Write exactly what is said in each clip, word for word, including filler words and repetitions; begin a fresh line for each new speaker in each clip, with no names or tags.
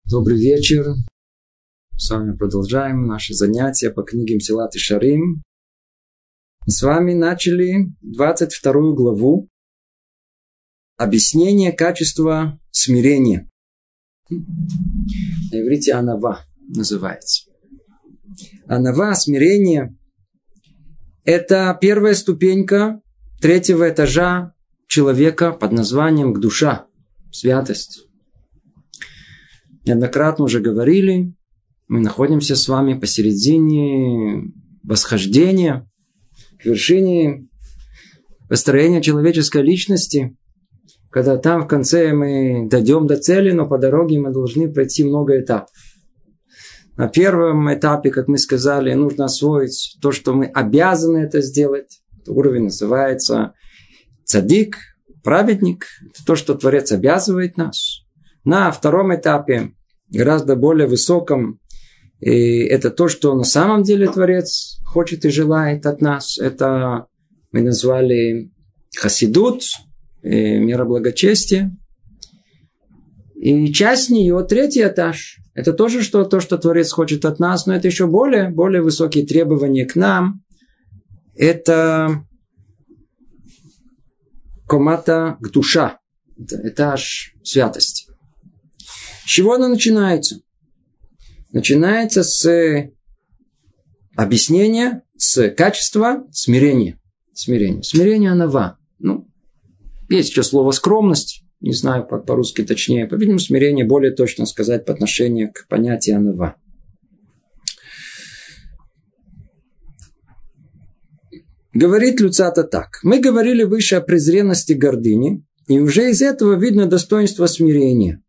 Добрый вечер. С вами продолжаем наши занятия по книге Месилат Йешарим. Мы с вами начали двадцать вторую главу. Объяснение качества смирения. На иврите анава называется. Анава, смирение, это первая ступенька третьего этажа человека под названием душа, святость. Неоднократно уже говорили, мы находимся с вами посередине восхождения к вершине построения человеческой личности, когда там в конце мы дойдем до цели, но по дороге мы должны пройти много этапов. На первом этапе, как мы сказали, нужно освоить то, что мы обязаны это сделать. Этот уровень называется цадик, праведник. Это то, что Творец обязывает нас. На втором этапе, гораздо более высоком, и это то, что на самом деле Творец хочет и желает от нас. Это мы назвали хасидут, мера благочестия. И часть нее, третий этаж, это тоже что, то, что Творец хочет от нас, но это еще более, более высокие требования к нам. Это комата к душа, это этаж святости. С чего она начинается? Начинается с объяснения, с качества смирения. Смирение. Смирение анава. Ну, есть еще слово скромность. Не знаю, по-русски точнее. По-видимому, смирение более точно сказать по отношению к понятию анава. Говорит Люцата так. Мы говорили выше о презренности гордыни, и уже из этого видно достоинство смирения.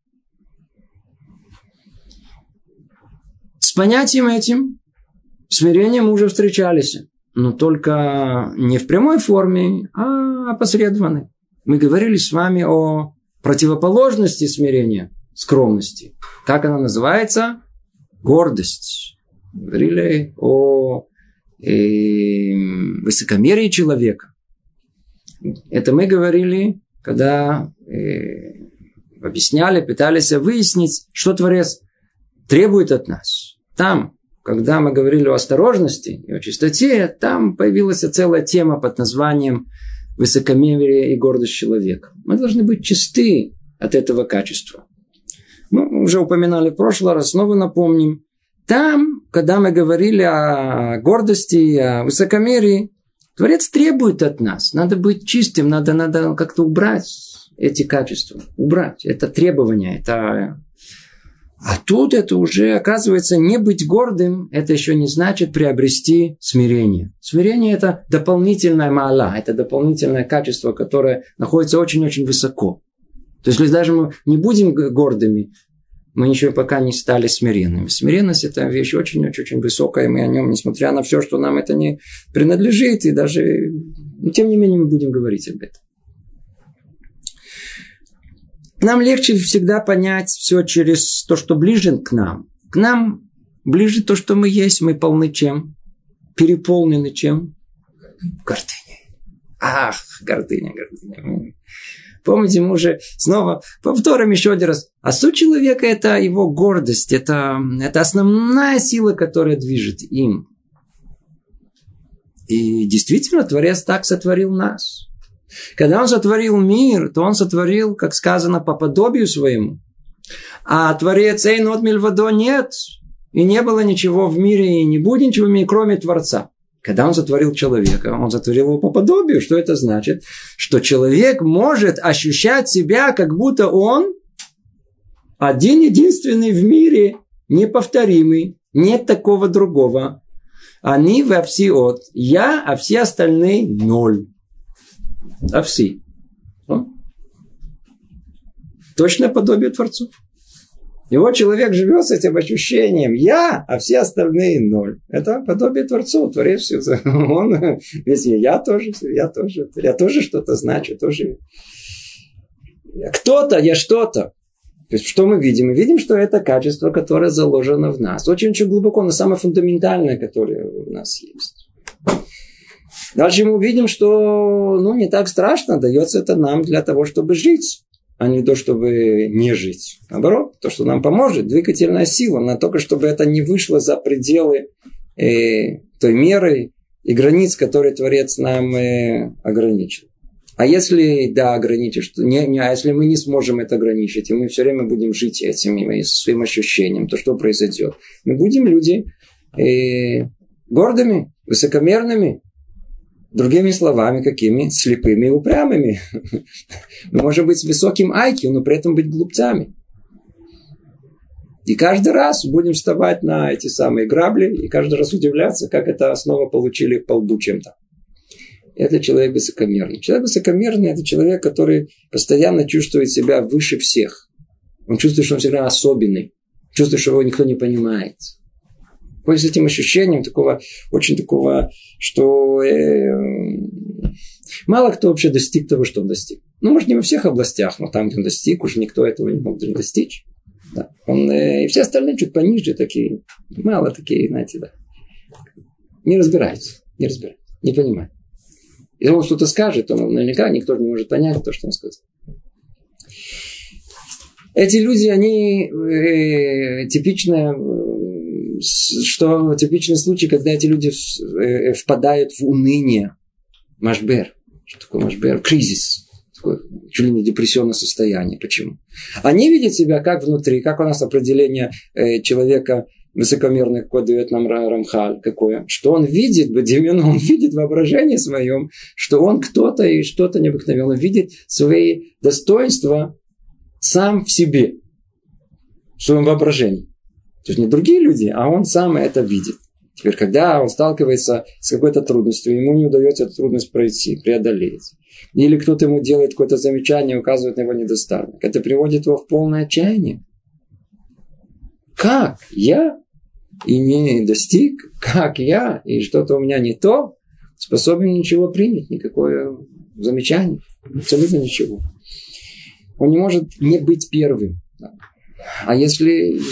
С понятием этим, смирением мы уже встречались, но только не в прямой форме, а опосредованной. Мы говорили с вами о противоположности смирения, скромности. Как она называется? Гордость. Говорили о э, высокомерии человека. Это мы говорили, когда э, объясняли, пытались выяснить, что Творец требует от нас. Там, когда мы говорили о осторожности и о чистоте, там появилась целая тема под названием высокомерие и гордость человека. Мы должны быть чисты от этого качества. Мы уже упоминали в прошлый раз, снова напомним. Там, когда мы говорили о гордости, о высокомерии, Творец требует от нас. Надо быть чистым, надо, надо как-то убрать эти качества. Убрать. Это требование, это... А тут это уже, оказывается, не быть гордым, это еще не значит приобрести смирение. Смирение – это дополнительная маала, это дополнительное качество, которое находится очень-очень высоко. То есть, если даже мы не будем гордыми, мы еще пока не стали смиренными. Смиренность – это вещь очень-очень высокая, и мы о нем, несмотря на все, что нам это не принадлежит, и даже, но тем не менее, мы будем говорить об этом. Нам легче всегда понять все через то, что ближе к нам. К нам ближе то, что мы есть. Мы полны чем? Переполнены чем? Гордыней. Ах, гордыня, гордыня. Помните, мы уже снова повторим еще один раз. А суть человека – это его гордость. Это, это основная сила, которая движет им. И действительно, Творец так сотворил нас. Когда он сотворил мир, то он сотворил, как сказано, по подобию своему. А Творец эйн от мильвадо нет. И не было ничего в мире, и не будет ничего в мире, кроме Творца. Когда он сотворил человека, он сотворил его по подобию. Что это значит? Что человек может ощущать себя, как будто он один единственный в мире, неповторимый, нет такого другого. Они во все от. Я, а все остальные ноль. А все. Ну? Точное подобие Творцу. И вот человек живет с этим ощущением. Я, а все остальные ноль. Это подобие Творцу. Творец, он, если я тоже, я тоже, я тоже что-то значу, тоже. Кто-то, я что-то. То есть, что мы видим? Мы видим, что это качество, которое заложено в нас. Очень-очень глубоко, но самое фундаментальное, которое у нас есть. Дальше мы увидим, что ну, не так страшно, дается это нам для того, чтобы жить. а не то, чтобы не жить. Наоборот, то, что нам поможет, двигательная сила, но только чтобы это не вышло за пределы э, той меры и границ, которые Творец нам э, ограничил. А если, да, ограничишь, то не, не, а если мы не сможем это ограничить, и мы все время будем жить этим, своим ощущением, то что произойдет? Мы будем люди э, гордыми, высокомерными, другими словами, какими? Слепыми и упрямыми. Мы можем быть с высоким ай кью, но при этом быть глупцами. И каждый раз будем вставать на эти самые грабли, и каждый раз удивляться, как это снова получили по лбу чем-то. Это человек высокомерный. Человек высокомерный – это человек, который постоянно чувствует себя выше всех. Он чувствует, что он всегда особенный. Чувствует, что его никто не понимает. С этим ощущением такого, очень такого, что э, мало кто вообще достиг того, что он достиг. Ну, может, не во всех областях, но там, где он достиг, уже никто этого не мог достичь. Да. Он, э, и все остальные чуть пониже, такие, мало такие, знаете, да. Не разбираются, не разбираются, не понимают. Если он что-то скажет, то наверняка никто не может понять то, что он сказал. Эти люди, они э, типичные, э, что типичный случай, когда эти люди э, впадают в уныние, машбер. Что такое машбер? Кризис. Такое чуть ли не депрессионное состояние. Почему? Они видят себя как внутри, как у нас определение э, человека высокомерный, какой дает нам Рамхаль, какое, что он видит, Бадимину, он видит воображение своем, что он кто-то и что-то необыкновенное, он видит свои достоинства сам в себе, в своем воображении. То есть не другие люди, а он сам это видит. Теперь, когда он сталкивается с какой-то трудностью, ему не удается эту трудность пройти, преодолеть, или кто-то ему делает какое-то замечание, указывает на его недостаток, это приводит его в полное отчаяние. Как я и не достиг, как я и что-то у меня не то, способен ничего принять, никакое замечание, абсолютно ничего. Он не может не быть первым. А если...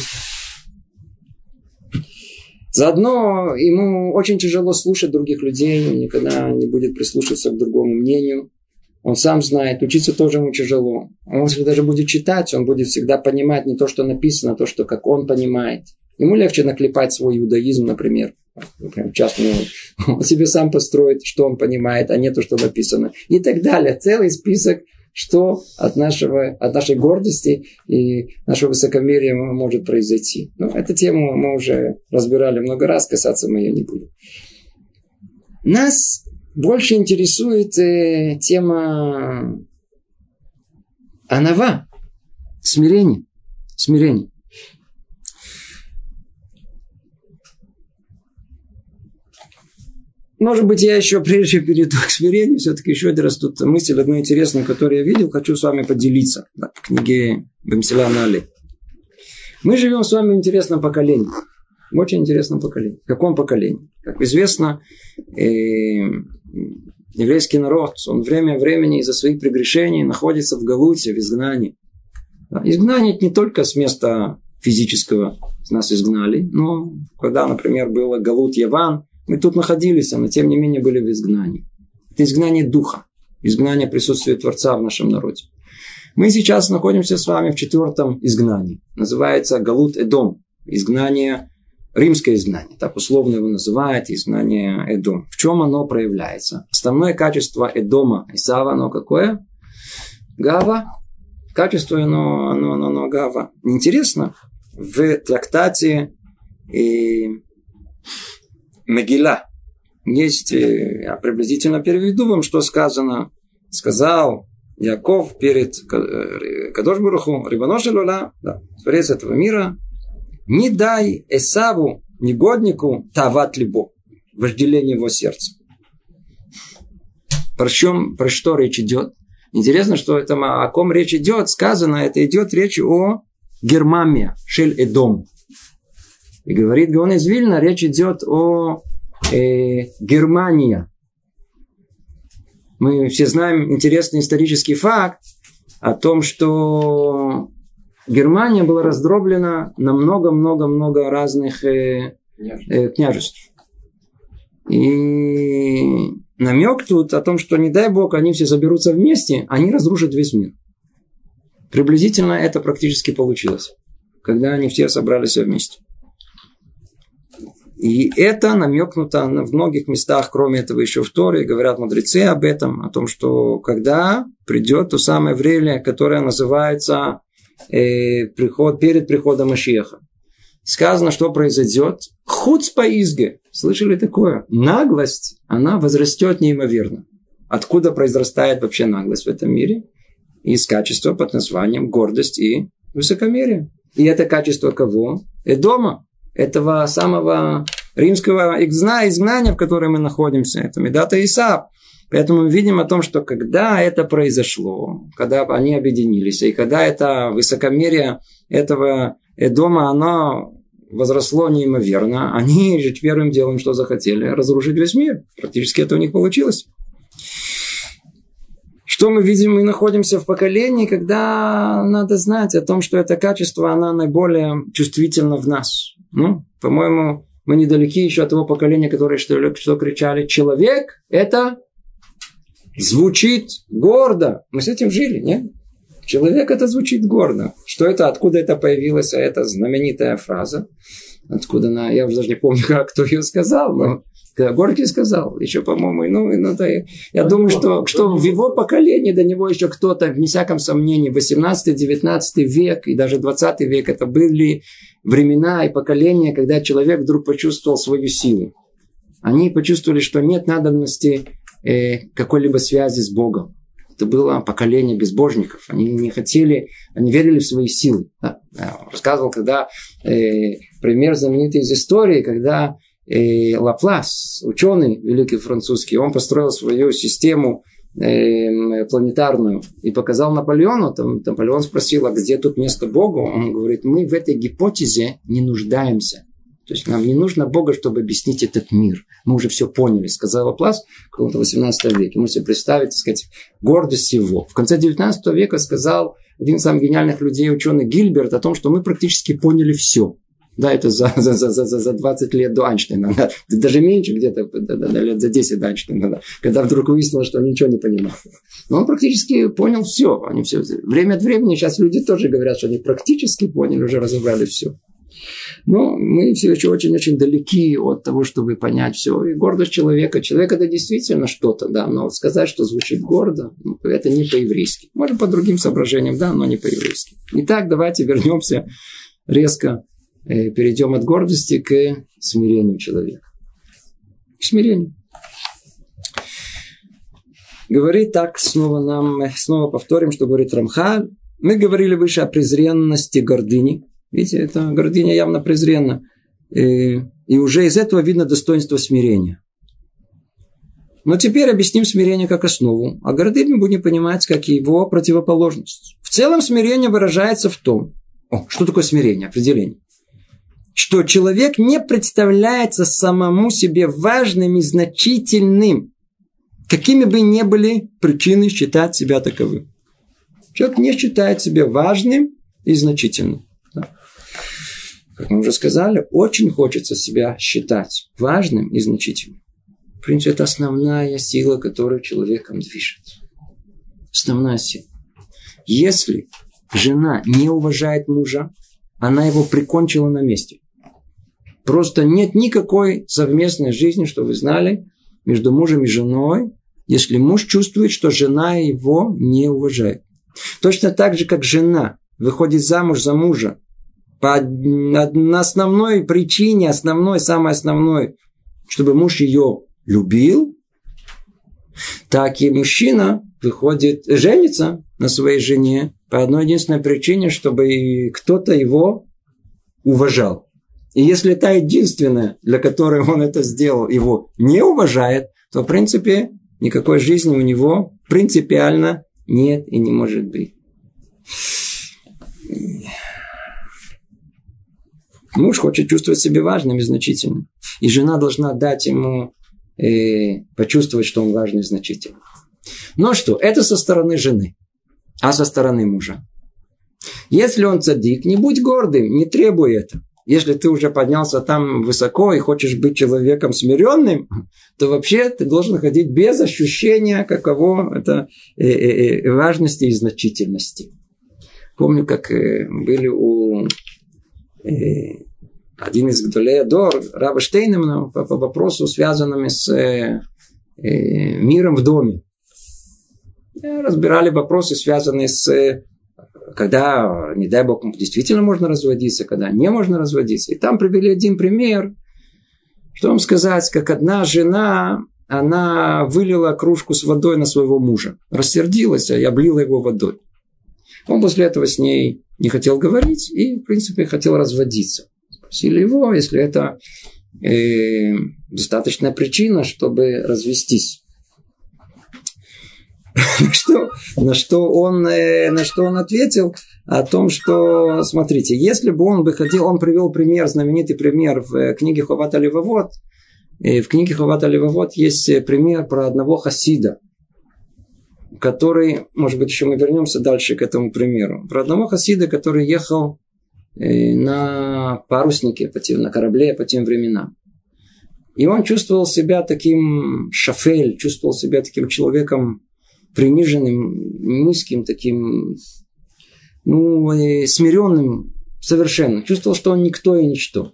Заодно ему очень тяжело слушать других людей, он никогда не будет прислушиваться к другому мнению. Он сам знает, учиться тоже ему тяжело. Он, если даже будет читать, он будет всегда понимать не то, что написано, а то, что как он понимает. Ему легче наклепать свой иудаизм, например. Например, часто он себе сам построит, что он понимает, а не то, что написано. И так далее. Целый список, что от, нашего, от нашей гордости и нашего высокомерия может произойти. Но эту тему мы уже разбирали много раз, касаться мы ее не будем. Нас больше интересует э, тема анава, смирение. Смирение. Может быть, я еще, прежде чем перейду к смирению, все-таки еще один раз тут мысль одну интересную, которую я видел, хочу с вами поделиться. Да, в книге Бемсила Нали. Мы живем с вами в интересном поколении. В очень интересном поколении. В каком поколении? Как известно, э, еврейский народ, он время времени из-за своих прегрешений находится в галуте, в изгнании. Да, изгнание это не только с места физического нас изгнали, но когда, например, было галут Яван, мы тут находились, но тем не менее были в изгнании. Это изгнание духа, изгнание присутствия Творца в нашем народе. Мы сейчас находимся с вами в четвертом изгнании. Называется Галут Эдом. Изгнание, римское изгнание. Так условно его называют, изгнание Эдом. В чем оно проявляется? Основное качество Эдома, Исава, оно какое? Гава. Качество оно, оно, оно, оно гава. Интересно, в трактате и Мегила есть, я приблизительно переведу вам, что сказано. Сказал Яков перед Кадош Баруху, Рибоно шель олам, да, Творец этого мира, не дай Эсаву, негоднику, тават либо, вожделение его сердца. Про, чем, про что речь идет? Интересно, что это, о ком речь идет, сказано, это идет речь о Гермаме, Шель Эдом. И говорит Гаон из Вильна, речь идет о э, Германии. Мы все знаем интересный исторический факт о том, что Германия была раздроблена на много-много-много разных э, э, княжеств. И намек тут о том, что не дай Бог, они все соберутся вместе, они разрушат весь мир. Приблизительно это практически получилось, когда они все собрались вместе. И это намекнуто в многих местах, кроме этого еще в Торе, говорят мудрецы об этом, о том, что когда придет то самое время, которое называется э, приход, перед приходом Машиаха. Сказано, что произойдет. Хуцпа изге. Слышали такое? Наглость, она возрастет неимоверно. Откуда произрастает вообще наглость в этом мире? Из качества под названием гордость и высокомерие. И это качество кого? Эдома. Этого самого римского изгнания, в котором мы находимся. Это Медата Исав. Поэтому мы видим о том, что когда это произошло, когда они объединились, и когда это высокомерие этого Эдома, оно возросло неимоверно, они же первым делом, что захотели, разрушить весь мир. Практически это у них получилось. Что мы видим? Мы находимся в поколении, когда надо знать о том, что это качество, оно наиболее чувствительно в нас. Ну, по-моему, мы недалеки еще от того поколения, которое что, что кричали: человек это звучит гордо. Мы с этим жили, нет? Человек это звучит гордо. Что это, откуда это появилось? А это знаменитая фраза. Откуда она, я уже даже не помню, как кто ее сказал, но Горький сказал, еще, по-моему, ну, ну да, я думаю, что, что в его поколении до него еще кто-то, вне всяком сомнении, восемнадцатый-девятнадцатый век и даже двадцатый век, это были времена и поколения, когда человек вдруг почувствовал свою силу. Они почувствовали, что нет надобности э, какой-либо связи с Богом. Это было поколение безбожников. Они не хотели, они верили в свои силы. Да? Я рассказывал, когда э, пример знаменитый из истории, когда э, Лаплас, ученый великий французский, он построил свою систему э, планетарную и показал Наполеону. Там, Наполеон спросил, а где тут место Богу? Он говорит, мы в этой гипотезе не нуждаемся. То есть нам не нужно Бога, чтобы объяснить этот мир. Мы уже все поняли, сказал Лаплас в каком-то восемнадцатом веке. Можете представить, так сказать, гордость его. В конце девятнадцатого века сказал один из самых гениальных людей, ученый Гильберт, о том, что мы практически поняли все. Да, это за, за, за, за, за двадцать лет до Эйнштейна. Да, даже меньше, где-то да, да, лет за десять до Эйнштейна. Да, когда вдруг выяснилось, что он ничего не понимал. Но он практически понял все. Они все. Время от времени сейчас люди тоже говорят, что они практически поняли, уже разобрали все. Но мы все еще очень-очень далеки от того, чтобы понять все. И гордость человека. Человек это действительно что-то, да, но сказать, что звучит гордо, ну, это не по-еврейски. Может, по другим соображениям, да, но не по-еврейски. Итак, давайте вернемся резко, э, перейдем от гордости к смирению человека. К смирению. Говорит так, снова нам, снова повторим, что говорит Рамхаль. Мы говорили выше о презренности гордыни. Видите, это гордыня явно презренна. И, и уже из этого видно достоинство смирения. Но теперь объясним смирение как основу, а гордыню будем понимать как его противоположность. В целом смирение выражается в том, о, что такое смирение, определение, что человек не представляется самому себе важным и значительным, какими бы ни были причины считать себя таковым. Человек не считает себя важным и значительным. Как мы уже сказали, очень хочется себя считать важным и значительным. В принципе, это основная сила, которая человеком движет. Основная сила. Если жена не уважает мужа, она его прикончила на месте. Просто нет никакой совместной жизни, что вы знали, между мужем и женой, если муж чувствует, что жена его не уважает. Точно так же, как жена выходит замуж за мужа, по основной причине, основной, самой основной, чтобы муж ее любил, так и мужчина выходит, женится на своей жене по одной единственной причине, чтобы кто-то его уважал. И если та единственная, для которой он это сделал, его не уважает, то, в принципе, никакой жизни у него принципиально нет и не может быть. Муж хочет чувствовать себя важным и значительным. И жена должна дать ему э, почувствовать, что он важный и значительный. Но что? Это со стороны жены. А со стороны мужа? Если он цадик, не будь гордым, не требуй это. Если ты уже поднялся там высоко и хочешь быть человеком смиренным, то вообще ты должен ходить без ощущения каково это э, э, важности и значительности. Помню, как были у э, один из Гдолей Адор, Раба Штейнемана, по, по вопросу, связанным с э, э, миром в доме. Разбирали вопросы, связанные с, э, когда, не дай бог, действительно можно разводиться, когда не можно разводиться. И там привели один пример, что вам сказать, как одна жена, она вылила кружку с водой на своего мужа. Рассердилась, и облила его водой. Он после этого с ней не хотел говорить и, в принципе, хотел разводиться. Спросили его, если это э, достаточная причина, чтобы развестись. На что, на, что он, э, на что он ответил о том, что, смотрите, если бы он бы хотел, он привел пример, знаменитый пример в книге Ховат Алевавот. И в книге Ховат Алевавот есть пример про одного хасида, который, может быть, еще мы вернемся дальше к этому примеру. Про одного хасида, который ехал на паруснике, на корабле по тем временам. И он чувствовал себя таким шафель, чувствовал себя таким человеком приниженным, низким, таким, ну, смиренным совершенно. Чувствовал, что он никто и ничто.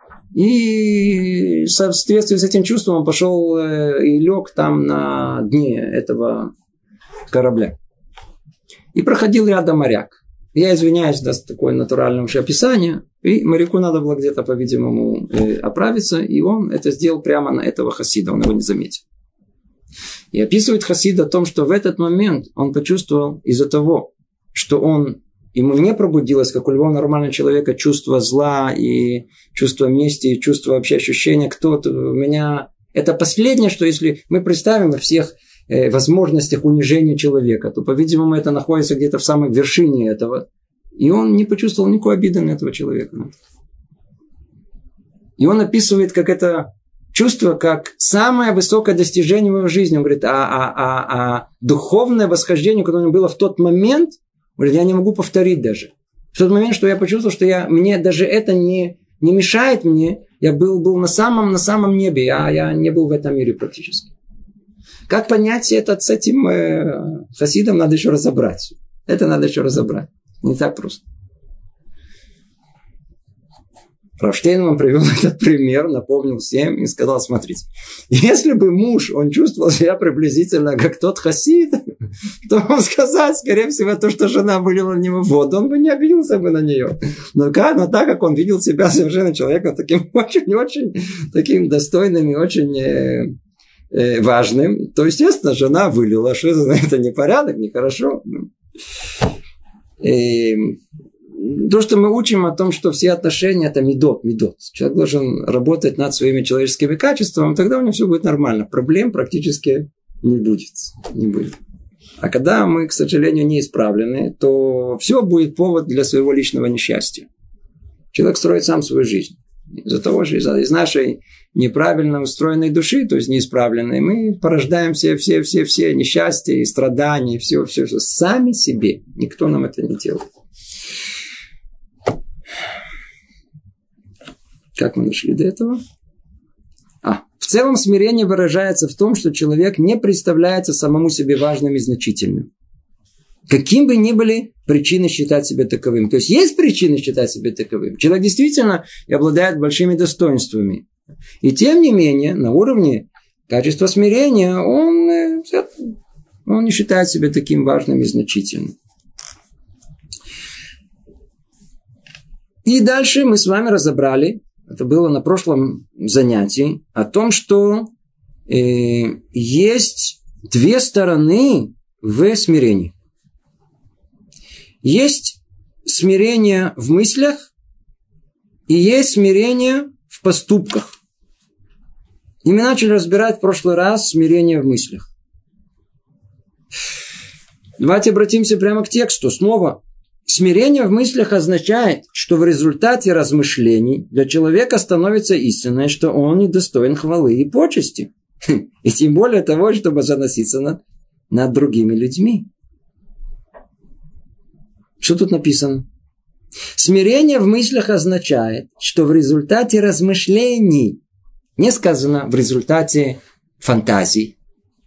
И в соответствии с этим чувством он пошел и лег там на дне этого корабля. И проходил рядом моряк. Я извиняюсь, даст такое натуральное вообще описание. И моряку надо было где-то, по-видимому, оправиться. И он это сделал прямо на этого хасида. Он его не заметил. И описывает хасид о том, что в этот момент он почувствовал из-за того, что он, ему не пробудилось, как у любого нормального человека, чувство зла и чувство мести, и чувство вообще ощущения, кто-то у меня... Это последнее, что если мы представим во всех э, возможностях унижения человека, то, по-видимому, это находится где-то в самой вершине этого. И он не почувствовал никакой обиды на этого человека. И он описывает, как это... чувство, как самое высокое достижение в его жизни. Он говорит, а, а, а, а духовное восхождение, которое было в тот момент, говорит, я не могу повторить даже. В тот момент, что я почувствовал, что я, мне даже это не, не мешает мне. Я был, был на, самом, на самом небе, а я не был в этом мире практически. Как понять это с этим э, хасидом, надо еще разобрать. Это надо еще разобрать. Не так просто. Рав Штейнман привел этот пример, напомнил всем и сказал, смотрите, если бы муж, он чувствовал себя приблизительно как тот хасид, то он сказать, скорее всего, то, что жена вылила на него воду, он бы не обиделся бы на нее. Но, как, но так как он видел себя совершенно человеком таким очень-очень таким достойным и очень э, э, важным, то, естественно, жена вылила, что это непорядок, нехорошо. И то, что мы учим о том, что все отношения – это медот, медот. Человек должен работать над своими человеческими качествами, тогда у него все будет нормально. Проблем практически не будет. Не будет. А когда мы, к сожалению, не исправлены, то все будет повод для своего личного несчастья. Человек строит сам свою жизнь. Из-за того, что из нашей неправильно устроенной души, то есть неисправленной, мы порождаем все, все, все, все несчастья и страдания, все, все, все сами себе. Никто нам это не делает. Как мы дошли до этого? А, в целом смирение выражается в том, что человек не представляется самому себе важным и значительным. Каким бы ни были причины считать себя таковым. То есть, есть причины считать себя таковым. Человек действительно обладает большими достоинствами. И тем не менее, на уровне качества смирения, он, он не считает себя таким важным и значительным. И дальше мы с вами разобрали, это было на прошлом занятии, о том, что э, есть две стороны в смирении. Есть смирение в мыслях и есть смирение в поступках. И мы начали разбирать в прошлый раз смирение в мыслях. Давайте обратимся прямо к тексту снова. Смирение в мыслях означает, что в результате размышлений для человека становится истиной, что он недостоин хвалы и почести. И тем более того, чтобы заноситься над, над другими людьми. Что тут написано? Смирение в мыслях означает, что в результате размышлений, не сказано в результате фантазий,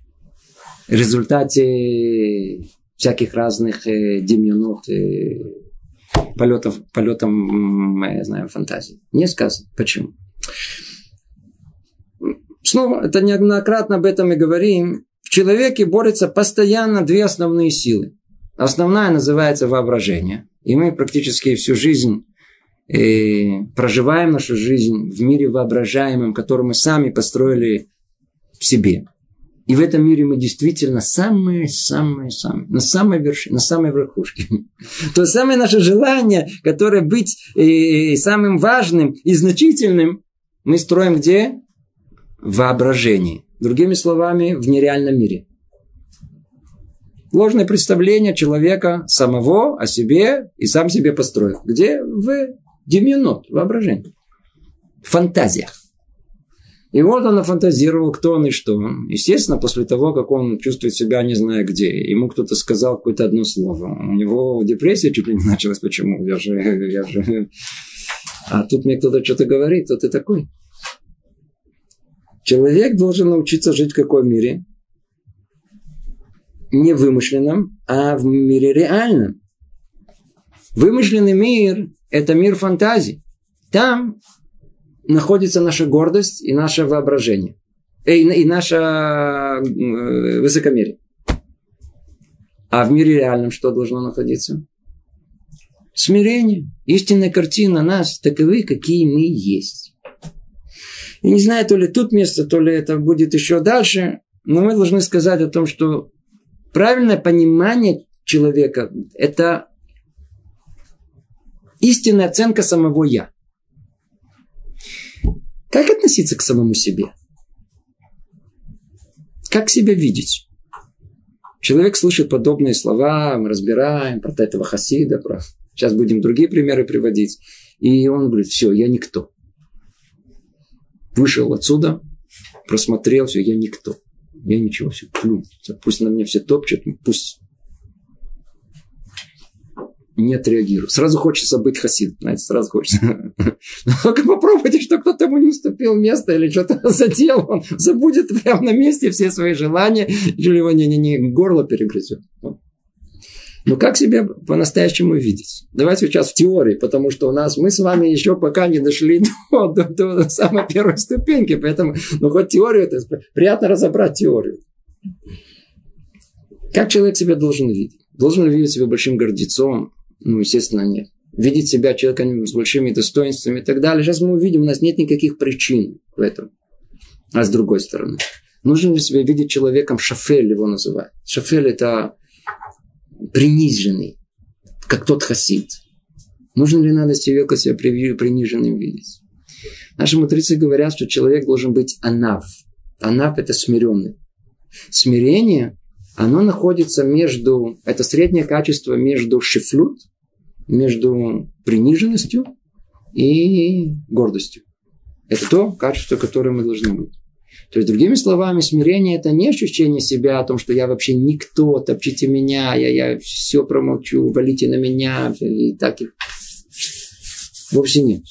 в результате всяких разных э, демьянот, э, полетов, полетом, я знаю, фантазии. Не сказано. Почему? Снова, это неоднократно об этом и говорим. В человеке борются постоянно две основные силы. Основная называется воображение. И мы практически всю жизнь э, проживаем нашу жизнь в мире воображаемом, который мы сами построили в себе. И в этом мире мы действительно самые-самые-самые, на самой вершине, на самой верхушке. То самое наше желание, которое быть э, самым важным и значительным, мы строим где? В воображении. Другими словами, в нереальном мире. Ложное представление человека самого о себе и сам себе построил. Где? В димьонот, воображении. В фантазиях. И вот он нафантазировал, кто он и что он. Естественно, после того, как он чувствует себя не зная где, ему кто-то сказал какое-то одно слово. У него депрессия чуть ли не началась. Почему? Я же, я же... А тут мне кто-то что-то говорит, кто ты такой? Человек должен научиться жить в каком мире? Не вымышленном, а в мире реальном. Вымышленный мир – это мир фантазий. Там находится наша гордость и наше воображение. И, и наше э, высокомерие. А в мире реальном что должно находиться? Смирение. Истинная картина нас таковы, какие мы есть. И не знаю, то ли тут место, то ли это будет еще дальше, но мы должны сказать о том, что правильное понимание человека – это истинная оценка самого «я». Как относиться к самому себе? Как себя видеть? Человек слышит подобные слова, мы разбираем про этого хасида, про... сейчас будем другие примеры приводить. И он говорит, все, я никто. Вышел отсюда, просмотрел, все, я никто. Я ничего, все, плюнь. Пусть на меня все топчут, пусть не отреагирую. Сразу хочется быть хасидом, знаете, сразу хочется. Но только попробуйте, что кто-то ему не уступил место или что-то задел, он забудет прямо на месте все свои желания, или его не, не, не, горло перегрызет. Но как себя по-настоящему видеть? Давайте сейчас в теории, потому что у нас мы с вами еще пока не дошли до, до, до самой первой ступеньки, поэтому, ну, хоть теорию, это приятно разобрать теорию. Как человек себя должен видеть? Должен ли видеть себя большим гордецом? Ну, естественно, нет. Видеть себя человеком с большими достоинствами и так далее. Сейчас мы увидим, у нас нет никаких причин в этом. А с другой стороны, нужно ли себя видеть человеком, шафель его называют. Шафель – это приниженный, как тот хасид. Нужно ли надо человека себя приниженным видеть? Наши мудрецы говорят, что человек должен быть анав. Анав – это смиренный. Смирение, оно находится между, это среднее качество между шифлют, между приниженностью и гордостью. Это то качество, которое мы должны быть. То есть, другими словами, смирение – это не ощущение себя о том, что я вообще никто, топчите меня, я, я все промолчу, валите на меня. И так и... Вовсе нет.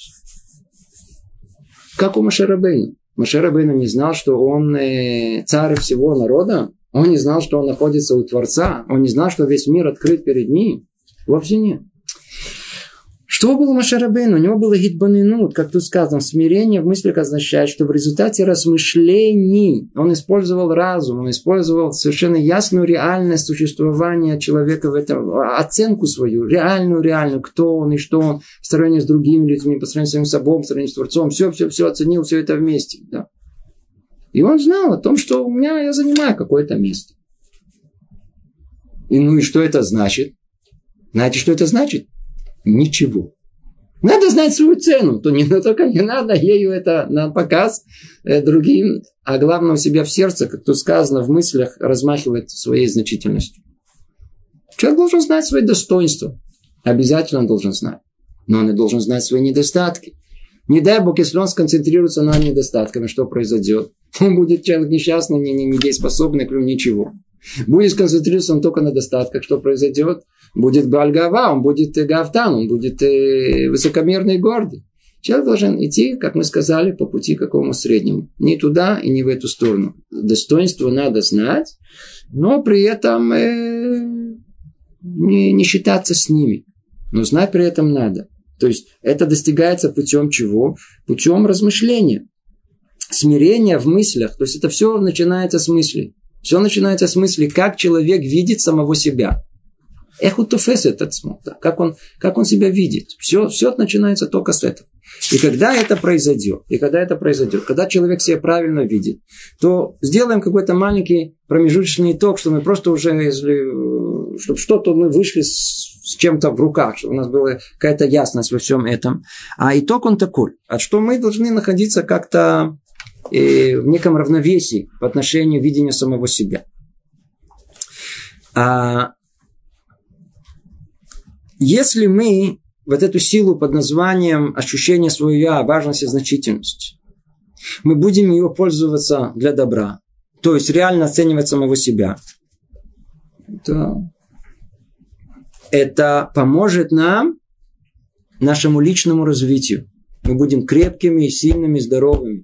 Как у Моше Рабейну. Моше Рабейну не знал, что он царь всего народа. Он не знал, что он находится у Творца. Он не знал, что весь мир открыт перед ним. Вовсе нет. Что было у Моше Рабейну? У него было гитбанинут, как тут сказано, смирение в мыслях означает, что в результате размышлений он использовал разум, он использовал совершенно ясную реальность существования человека в этом, оценку свою, реальную, реальную, кто он и что он, в сравнении с другими людьми, по сравнению с самим собой, по сравнению с Творцом, все, все, все оценил, все это вместе. Да. И он знал о том, что у меня я занимаю какое-то место. И ну и что это значит? Знаете, что это значит? Ничего. Надо знать свою цену. То не, но только не надо ею это на показ э, другим, а главное у себя в сердце, как тут сказано, в мыслях размахивать своей значительностью. Человек должен знать свои достоинства. Обязательно он должен знать. Но он и должен знать свои недостатки. Не дай Бог, если он сконцентрируется на недостатках, что произойдет? Он будет человек несчастный, не, не, недееспособный, кроме ничего. Будет сконцентрироваться он только на достатках, что произойдет? Будет Бальгава, он будет Гафтан, он будет э, высокомерный и гордый. Человек должен идти, как мы сказали, по пути какому среднему. Не туда и не в эту сторону. Достоинство надо знать, но при этом э, не, не считаться с ними. Но знать при этом надо. То есть это достигается путем чего? Путем размышления. Смирение в мыслях. То есть это все начинается с мыслей. Все начинается с мыслей, как человек видит самого себя. Эхутофес этот смотр. Как он, как он себя видит. Все, все начинается только с этого. И когда это произойдет, и когда это произойдет, когда человек себя правильно видит, то сделаем какой-то маленький промежуточный итог, что мы просто уже, если, чтобы что-то мы вышли с, с чем-то в руках, чтобы у нас была какая-то ясность во всем этом. А итог он такой, а что мы должны находиться как-то э, в неком равновесии по отношению видения самого себя. А если мы вот эту силу под названием ощущение своего «я», важность и значительность, мы будем ее пользоваться для добра, то есть реально оценивать самого себя, то это поможет нам, нашему личному развитию. Мы будем крепкими, сильными, здоровыми.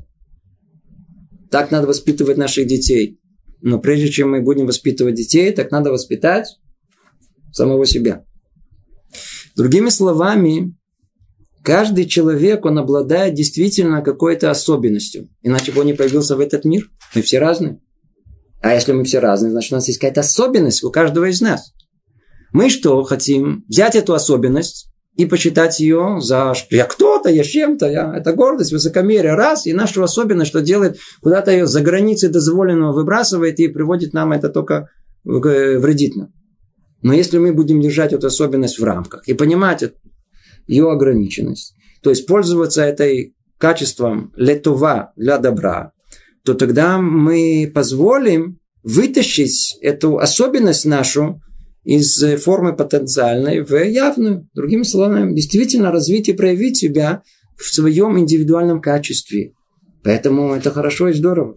Так надо воспитывать наших детей. Но прежде чем мы будем воспитывать детей, так надо воспитать самого себя. Другими словами, каждый человек, он обладает действительно какой-то особенностью. Иначе бы он не появился в этот мир. Мы все разные. А если мы все разные, значит, у нас есть какая-то особенность у каждого из нас. Мы что хотим? Взять эту особенность и посчитать ее за... Я кто-то, я чем-то, я... это гордость, высокомерие. Раз, и нашу особенность, что делает, куда-то ее за границы дозволенного выбрасывает и приводит нам это только вредит нам. Но если мы будем держать эту особенность в рамках и понимать ее ограниченность, то есть пользоваться этой качеством летува для добра, то тогда мы позволим вытащить эту особенность нашу из формы потенциальной в явную. Другими словами, действительно развить и проявить себя в своем индивидуальном качестве. Поэтому это хорошо и здорово.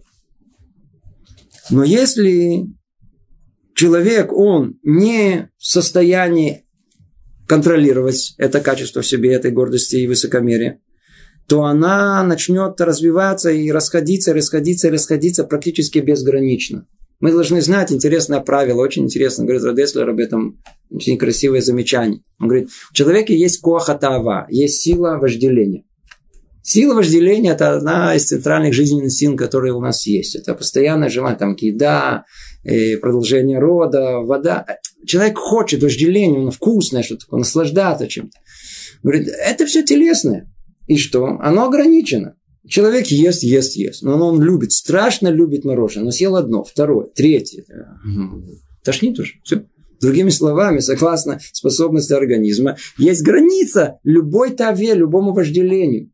Но если человек, он не в состоянии контролировать это качество в себе, этой гордости и высокомерия, то она начнет развиваться и расходиться, расходиться, расходиться практически безгранично. Мы должны знать интересное правило, очень интересно, говорит Радеслер об этом, очень красивое замечание. Он говорит, у человека есть коах таава, есть сила вожделения. Сила вожделения – это одна из центральных жизненных сил, которые у нас есть. Это постоянное желание, там, еда, продолжение рода, вода. Человек хочет вожделения, он вкусное, что такое, наслаждаться чем-то. Говорит, это все телесное. И что? Оно ограничено. Человек ест, ест, ест. Но он любит, страшно любит мороженое. Но съел одно, второе, третье. Тошнит уже. Все. Другими словами, согласно способности организма, есть граница любой таве, любому вожделению.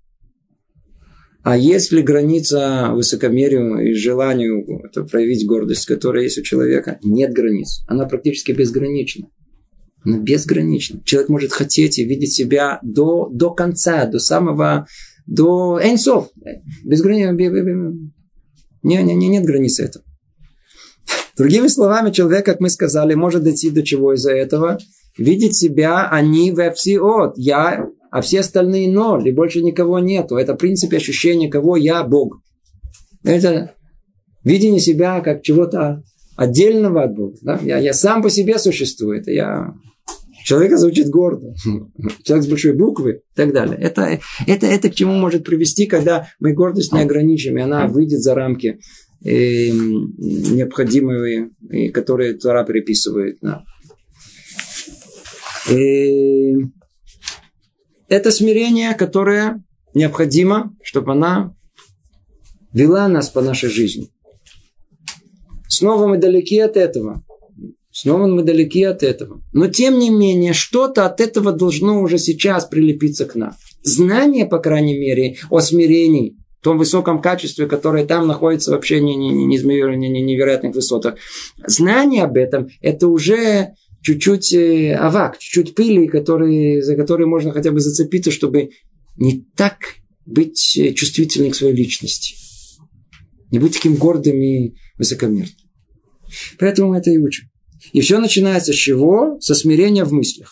А есть ли граница высокомерию и желанию это проявить гордость, которая есть у человека? Нет границ. Она практически безгранична. Она безгранична. Человек может хотеть и видеть себя до, до конца, до самого, до эйнсов. Безгранично. Не, не, не, нет границы этого. Другими словами, человек, как мы сказали, может дойти до чего из-за этого? Видеть себя, они в эфсиот. Я... А все остальные ноль, и больше никого нету. Это, в принципе, ощущение, кого я Бог. Это видение себя как чего-то отдельного от Бога. Да? Я, я сам по себе существую. Это я... Человека звучит гордо. Человек с большой буквы и так далее. Это, это, это к чему может привести, когда мы гордость не ограничим, и она выйдет за рамки э, необходимые, э, которые Тора переписывает. Да. И... Это смирение, которое необходимо, чтобы она вела нас по нашей жизни. Снова мы далеки от этого. Снова мы далеки от этого. Но тем не менее, что-то от этого должно уже сейчас прилепиться к нам. Знание, по крайней мере, о смирении, в том высоком качестве, которое там находится вообще не, не, не, не, не, невероятных высотах. Знание об этом, это уже... чуть-чуть э, авак, чуть-чуть пыли, который, за которые можно хотя бы зацепиться, чтобы не так быть чувствительным к своей личности. Не быть таким гордым и высокомерным. Поэтому мы это и учим. И все начинается с чего? Со смирения в мыслях.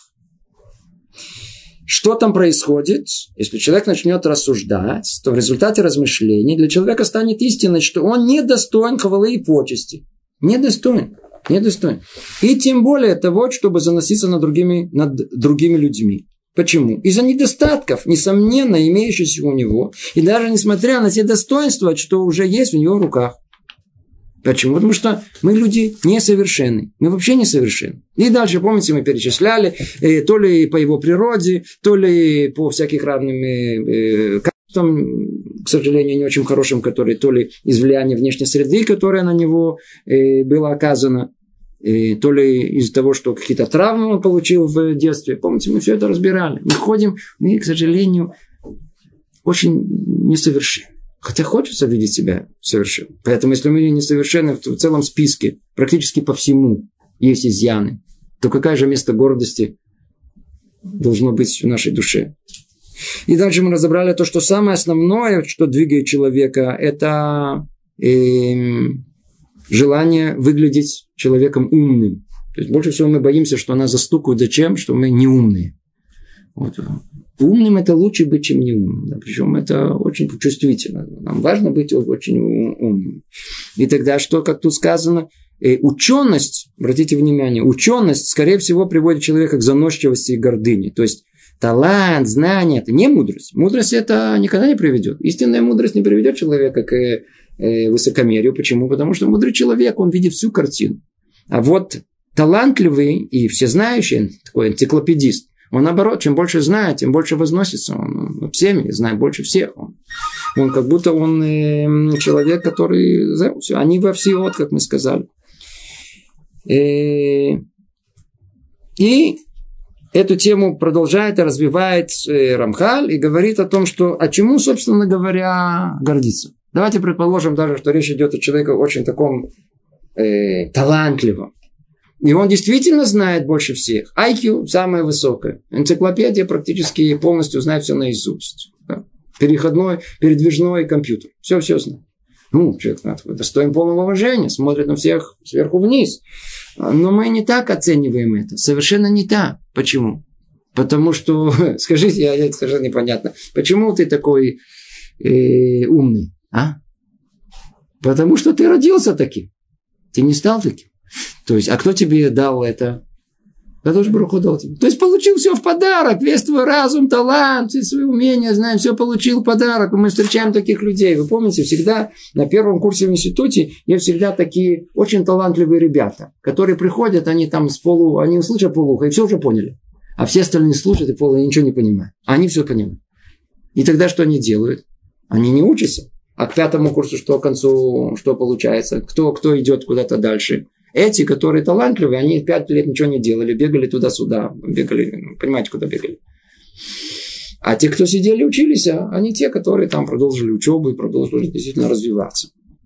Что там происходит? Если человек начнет рассуждать, то в результате размышлений для человека станет истиной, что он недостоин хвалы и почести. Недостоин. Недостоин. И тем более того, чтобы заноситься над другими, над другими людьми. Почему? Из-за недостатков, несомненно, имеющихся у него. И даже несмотря на те достоинства, что уже есть в его руках. Почему? Потому что мы люди несовершенны. Мы вообще несовершенны. И дальше, помните, мы перечисляли, э, то ли по его природе, то ли по всяких разным э, качествам, к сожалению, не очень хорошим, которые, то ли из влияния внешней среды, которая на него э, была оказана, э, то ли из-за того, что какие-то травмы он получил в детстве. Помните, мы все это разбирали. Мы ходим, мы, к сожалению, очень несовершенны. Хотя хочется видеть себя совершенным. Поэтому, если мы несовершенны в целом списке, практически по всему есть изъяны, то какое же место гордости должно быть в нашей душе? И дальше мы разобрали то, что самое основное, что двигает человека, это э, желание выглядеть человеком умным. То есть, больше всего мы боимся, что нас застукают. Зачем? Что мы не умные. Вот. Умным это лучше быть, чем неумным. Да, причем это очень чувствительно. Нам важно быть очень умным. И тогда что, как тут сказано, э, ученость, обратите внимание, ученость, скорее всего, приводит человека к заносчивости и гордыне. То есть талант, знание – это не мудрость. Мудрость это никогда не приведет. Истинная мудрость не приведет человека к э, высокомерию. Почему? Потому что мудрый человек, он видит всю картину. А вот талантливый и всезнающий, такой энциклопедист, он, наоборот, чем больше знает, тем больше возносится. Он всеми знает больше всех. Он, он как будто он э, человек, который... Все, они во все от, как мы сказали. Э, и эту тему продолжает и развивает э, Рамхаль и говорит о том, что... А чему, собственно говоря, гордиться? Давайте предположим даже, что речь идет о человеке очень таком э, талантливом. И он действительно знает больше всех. ай кью самое высокое. Энциклопедия практически полностью знает все наизусть. Да? Переходной, передвижной компьютер. Все-все знает. Ну, человек достоин полного уважения. Смотрит на всех сверху вниз. Но мы не так оцениваем это. Совершенно не так. Почему? Потому что, скажите, я, это совершенно непонятно. Почему ты такой э, умный? А? Потому что ты родился таким. Ты не стал таким. То есть, а кто тебе дал это? Да тоже Барух Hu дал тебе. То есть, получил все в подарок. Весь твой разум, талант, все свои умения, знаем, все получил в подарок. И мы встречаем таких людей. Вы помните, всегда на первом курсе в институте есть всегда такие очень талантливые ребята, которые приходят, они там с полу, они услышат полуха и все уже поняли. А все остальные слушают и полу ничего не понимают. А они все понимают. И тогда что они делают? Они не учатся. А к пятому курсу что к концу, что получается? Кто, кто идет куда-то дальше? Эти, которые талантливые, они пять лет ничего не делали, бегали туда-сюда, бегали, понимаете, куда бегали. А те, кто сидели, учились, они те, которые там продолжили учебу и продолжили действительно развиваться.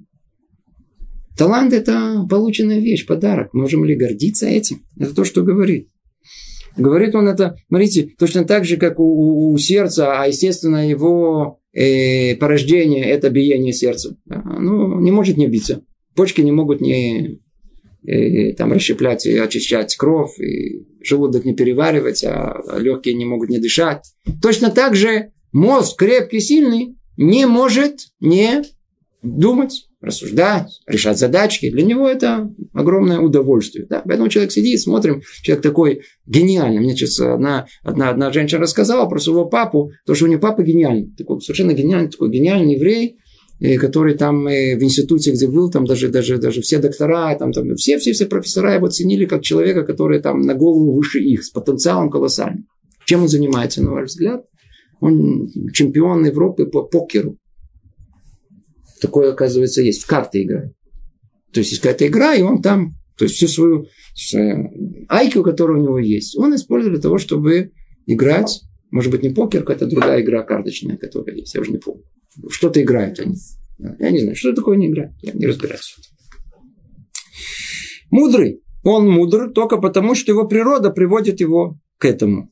Талант – это полученная вещь, подарок. Можем ли гордиться этим? Это то, что говорит. Говорит он это, смотрите, точно так же, как у, у сердца, а естественно его э, порождение – это биение сердца. Оно не может не биться. Почки не могут не... И, там, расщеплять и очищать кровь, и желудок не переваривать, а легкие не могут не дышать. Точно так же мозг крепкий, сильный, не может не думать, рассуждать, решать задачки. Для него это огромное удовольствие. Да? Поэтому человек сидит, смотрим, человек такой гениальный. Мне сейчас одна, одна, одна женщина рассказала про своего папу, то, что у него папа гениальный, такой совершенно гениальный, такой гениальный еврей, который там в институте, где был, там даже, даже, даже все доктора, там, там, все, все, все профессора его ценили как человека, который там на голову выше их, с потенциалом колоссальным. Чем он занимается, на ваш взгляд? Он чемпион Европы по покеру. Такое, оказывается, есть. В карты играет. То есть, есть какая-то игра, и он там, то есть, всю свою ай кью, которая у него есть, он использует для того, чтобы играть. Может быть, не покер, какая-то другая игра карточная, которая есть. Я уже не помню. Что-то играют они. Я не знаю, что такое не играют. Я не разбираюсь. Мудрый. Он мудр только потому, что его природа приводит его к этому.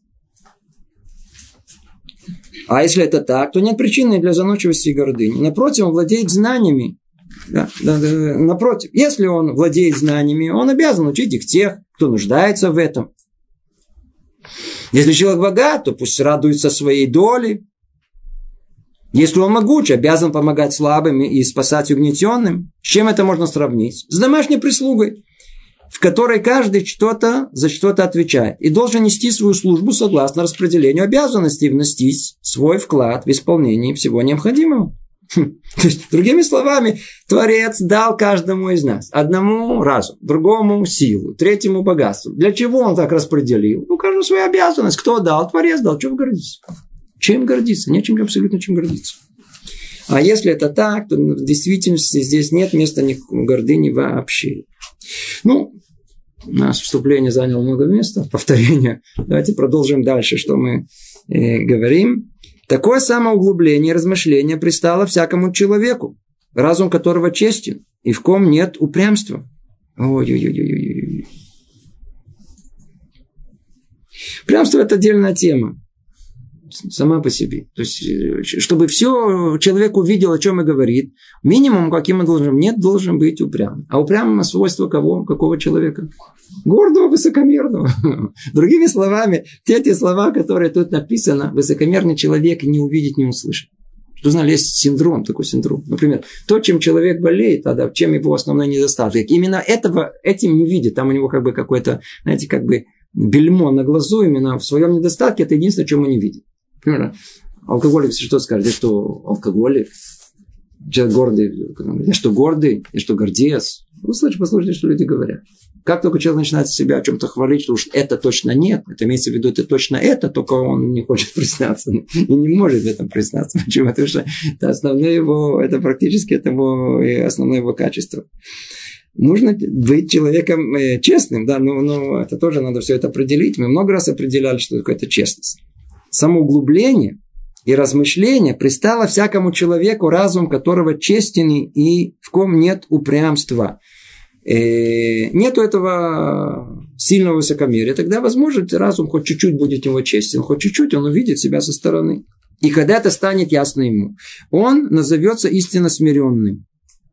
А если это так, то нет причины для заносчивости и гордыни. Напротив, он владеет знаниями. Да, да, да, напротив, если он владеет знаниями, он обязан учить их тех, кто нуждается в этом. Если человек богат, то пусть радуется своей долей. Если он могуч, обязан помогать слабым и спасать угнетенным. С чем это можно сравнить? С домашней прислугой. в которой каждый что-то за что-то отвечает и должен нести свою службу согласно распределению обязанностей и внести свой вклад в исполнение всего необходимого. То есть, другими словами, Творец дал каждому из нас. Одному разум, другому силу, третьему богатство. Для чего он так распределил? У каждого своя обязанность. Кто дал? Творец дал. Чем гордиться? Чем гордиться? Нечем абсолютно чем гордиться. А если это так, то в действительности здесь нет места ни гордыни вообще. Ну, у нас вступление заняло много места, повторение. Давайте продолжим дальше, что мы э, говорим. Такое самоуглубление и размышление пристало всякому человеку, разум которого честен, и в ком нет упрямства. Ой-ой-ой-ой-ой. Упрямство – это отдельная тема. Сама по себе. То есть, чтобы все человек увидел, о чем и говорит, минимум, каким мы должен, нет, должен быть упрям. А упрям свойство кого? Какого человека? Гордого, высокомерного. Другими словами, те те слова, которые тут написано, высокомерный человек не увидит, не услышит. Что знали, есть синдром, такой синдром. Например, то, чем человек болеет, тогда, чем его основной недостаток. Именно этого, этим не видит. Там у него как бы какое-то, знаете, как бы бельмо на глазу, именно в своем недостатке, это единственное, чем он не видит. Например, алкоголик что скажет? Я что, алкоголик? Человек гордый. Я что, гордый? Я что, гордец? Ну, слушайте, послушайте, что люди говорят. Как только человек начинает себя о чем-то хвалить, что уж это точно нет, это имеется в виду, это точно это, только он не хочет признаться. И не может в этом признаться. Почему? Потому что это основное его, это практически это его, основное его качество. Нужно быть человеком э, честным, да, но, но это тоже надо все это определить. Мы много раз определяли, что такое это честность. Самоуглубление и размышление пристало всякому человеку, разум которого честен и в ком нет упрямства. Э, нету этого сильного высокомерия. Тогда, возможно, разум хоть чуть-чуть будет его честен, хоть чуть-чуть он увидит себя со стороны. И когда это станет ясно ему, он назовется истинно смиренным.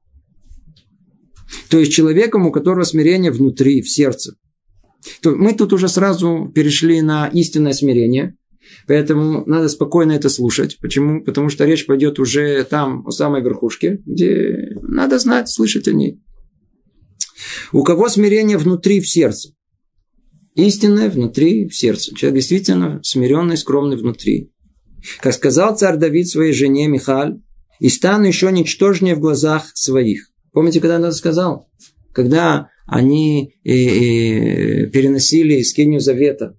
То есть человеком, у которого смирение внутри, в сердце. То мы тут уже сразу перешли на истинное смирение. Поэтому надо спокойно это слушать. Почему? Потому что речь пойдет уже там, у самой верхушки, где надо знать, слышать о ней. У кого смирение внутри, в сердце? Истинное внутри, в сердце. Человек действительно смиренный, скромный внутри. Как сказал царь Давид своей жене Михаль, и стану еще ничтожнее в глазах своих. Помните, когда он это сказал? Когда они э, э, переносили скинию завета,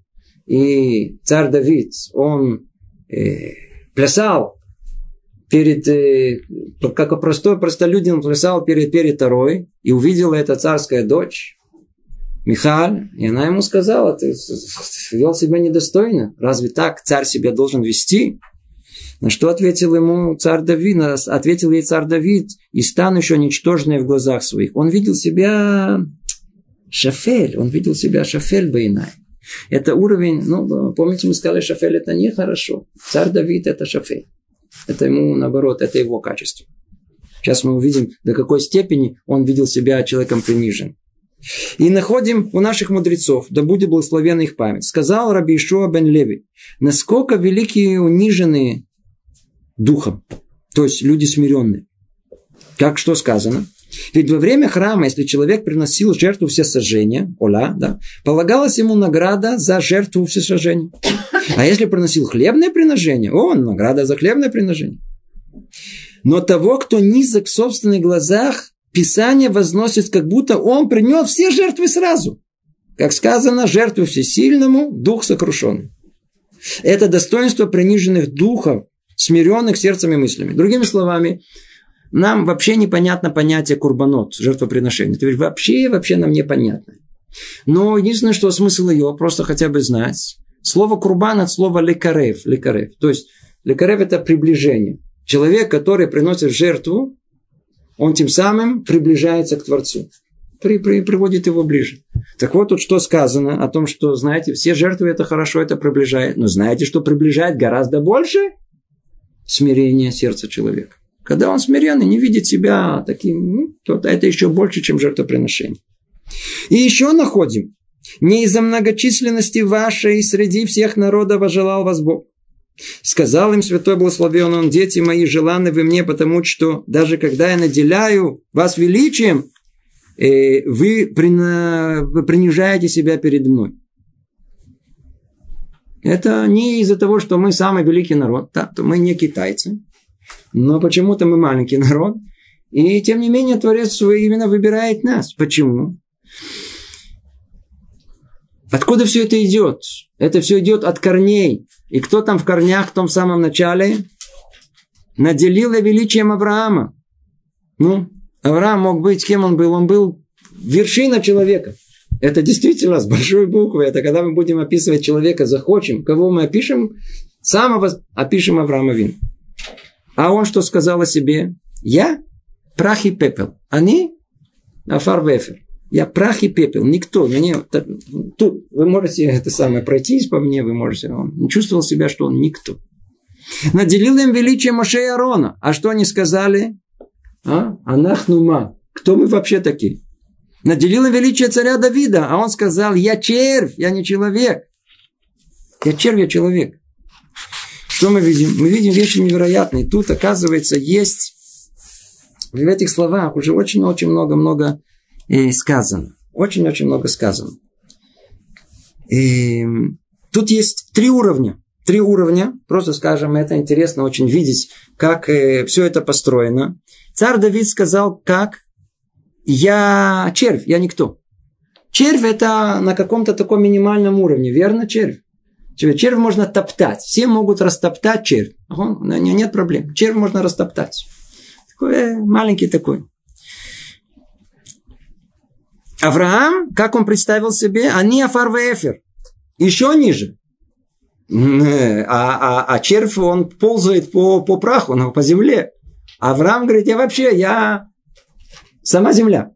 и царь Давид, он э, плясал перед, э, как простой простолюдин, он плясал перед, перед Торой, и увидела эта царская дочь, Михаль, и она ему сказала, ты вел себя недостойно, разве так царь себя должен вести? На что ответил ему царь Давид, ответил ей царь Давид, и стану еще ничтожной в глазах своих. Он видел себя шафель, он видел себя шафель бейнай. Это уровень, ну, помните, мы сказали, шафель это нехорошо. Царь Давид это шафель. Это ему, наоборот, это его качество. Сейчас мы увидим, до какой степени он видел себя человеком приниженным. И находим у наших мудрецов, да будет благословена их память. Сказал Раби Ишуа бен Леви, насколько великие и униженные духом, то есть люди смиренные. Как что сказано? Ведь во время храма, если человек приносил жертву всесожжения, ола, да, полагалась ему награда за жертву всесожжения. А если приносил хлебное приношение, о, награда за хлебное приношение. Но того, кто низок в собственных глазах, Писание возносит, как будто он принес все жертвы сразу. Как сказано, жертву всесильному, дух сокрушенный. Это достоинство приниженных духов, смиренных сердцем и мыслями. Другими словами, нам вообще непонятно понятие курбанот, жертвоприношения. Это вообще, вообще нам непонятно. Но единственное, что смысл ее, просто хотя бы знать. Слово курбан от слова лекарев, лекарев. То есть, лекарев это приближение. Человек, который приносит жертву, он тем самым приближается к Творцу. При, при, приводит его ближе. Так вот, тут что сказано о том, что, знаете, все жертвы это хорошо, это приближает. Но знаете, что приближает гораздо больше? Смирение сердца человека. Когда он смиренный, не видит себя таким, ну, то это еще больше, чем жертвоприношение. И еще находим. Не из-за многочисленности вашей среди всех народов возжелал вас Бог. Сказал им святой благословен он, дети мои, желанны вы мне, потому что даже когда я наделяю вас величием, э, вы принижаете себя перед мной. Это не из-за того, что мы самый великий народ. Да, то мы не китайцы. Но почему-то мы маленький народ. И тем не менее Творец именно выбирает нас. Почему? Откуда все это идет? Это все идет от корней. И кто там в корнях в том самом начале? Наделил величием Авраама. Ну, Авраам мог быть, кем он был? Он был вершина человека. Это действительно с большой буквы. Это когда мы будем описывать человека, захочем. Кого мы опишем? Самого опишем Авраама Авину. А он что сказал о себе? Я прах и пепел. Они афар вефер. Я прах и пепел. Никто. Мне, тут вы можете это самое пройтись по мне. Вы можете. Он не чувствовал себя, что он никто. Наделил им величие Моше и Аарона. А что они сказали? А? Анахнума. Кто мы вообще такие? Наделил им величие царя Давида. А он сказал, я червь, я не человек. Я червь, я человек. Что мы видим? Мы видим вещи невероятные. Тут, оказывается, есть в этих словах уже очень-очень много-много сказано. Очень-очень много сказано. И тут есть три уровня. Три уровня. Просто скажем, это интересно очень видеть, как э, все это построено. Царь Давид сказал, как я червь, я никто. Червь это на каком-то таком минимальном уровне. Верно, червь? Червь можно топтать. Все могут растоптать червь. Нет проблем. Червь можно растоптать. Такой маленький такой. Авраам, как он представил себе, они афар вефер. Еще ниже. А, а, а червь, он ползает по, по праху, по земле. Авраам говорит, я вообще, я сама земля.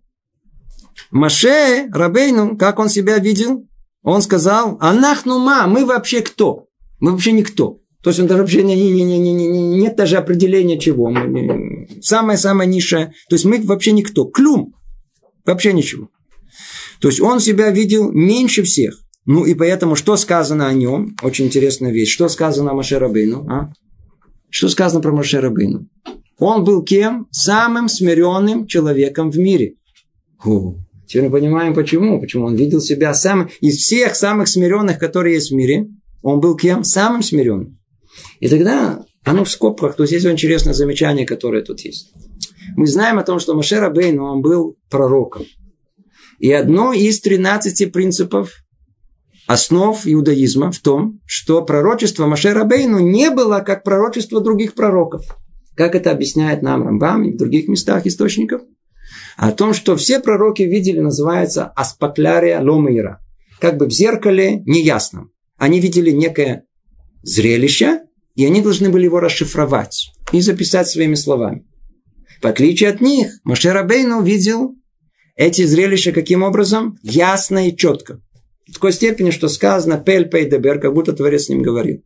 Моше Рабейну, как он себя видел, он сказал, анахнума, мы вообще кто? Мы вообще никто. То есть он даже вообще не, не, не, не, не, нет даже определения чего. Самое-самое низшее. То есть мы вообще никто. Клюм. Вообще ничего. То есть он себя видел меньше всех. Ну и поэтому, что сказано о нем? Очень интересная вещь. Что сказано о Моше Рабейну? А? Что сказано про Моше Рабейну? Он был кем? Самым смиренным человеком в мире. О, теперь мы понимаем, почему. Почему он видел себя самым... Из всех самых смиренных, которые есть в мире, он был кем? Самым смиренным. И тогда, оно в скобках, то есть есть очень интересное замечание, которое тут есть. Мы знаем о том, что Моше Рабейну, он был пророком. И одно из тринадцати принципов основ иудаизма в том, что пророчество Моше Рабейну не было как пророчество других пророков. Как это объясняет нам Рамбам и в других местах источников. О том, что все пророки видели, называется аспаклярия ломейра. Как бы в зеркале неясном. Они видели некое зрелище, и они должны были его расшифровать и записать своими словами. В отличие от них, Моше Рабейну видел эти зрелища каким образом? Ясно и четко. В такой степени, что сказано «пель пей дебер», как будто Творец с ним говорил.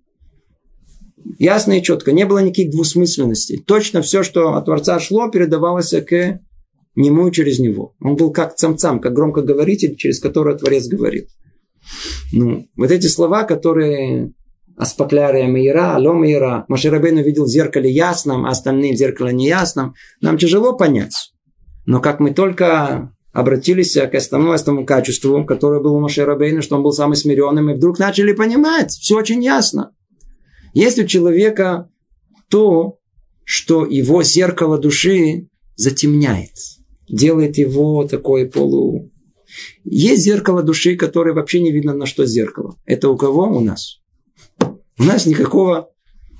Ясно и четко. Не было никаких двусмысленностей. Точно все, что от Творца шло, передавалось к нему и через него. Он был как цамцам, как громкоговоритель, через который Творец говорил. Ну, вот эти слова, которые аспаклярия мейра, ало мейра, Моше Рабейну видел в зеркале ясном, а остальные в зеркале неясном, нам тяжело понять. Но как мы только обратились к основному качеству, которое было у Моше Рабейну, что он был самым смиренным, и вдруг начали понимать, все очень ясно. Есть у человека то, что его зеркало души затемняет, делает его такой полу... Есть зеркало души, которое вообще не видно, на что зеркало. Это у кого? У нас. У нас никакого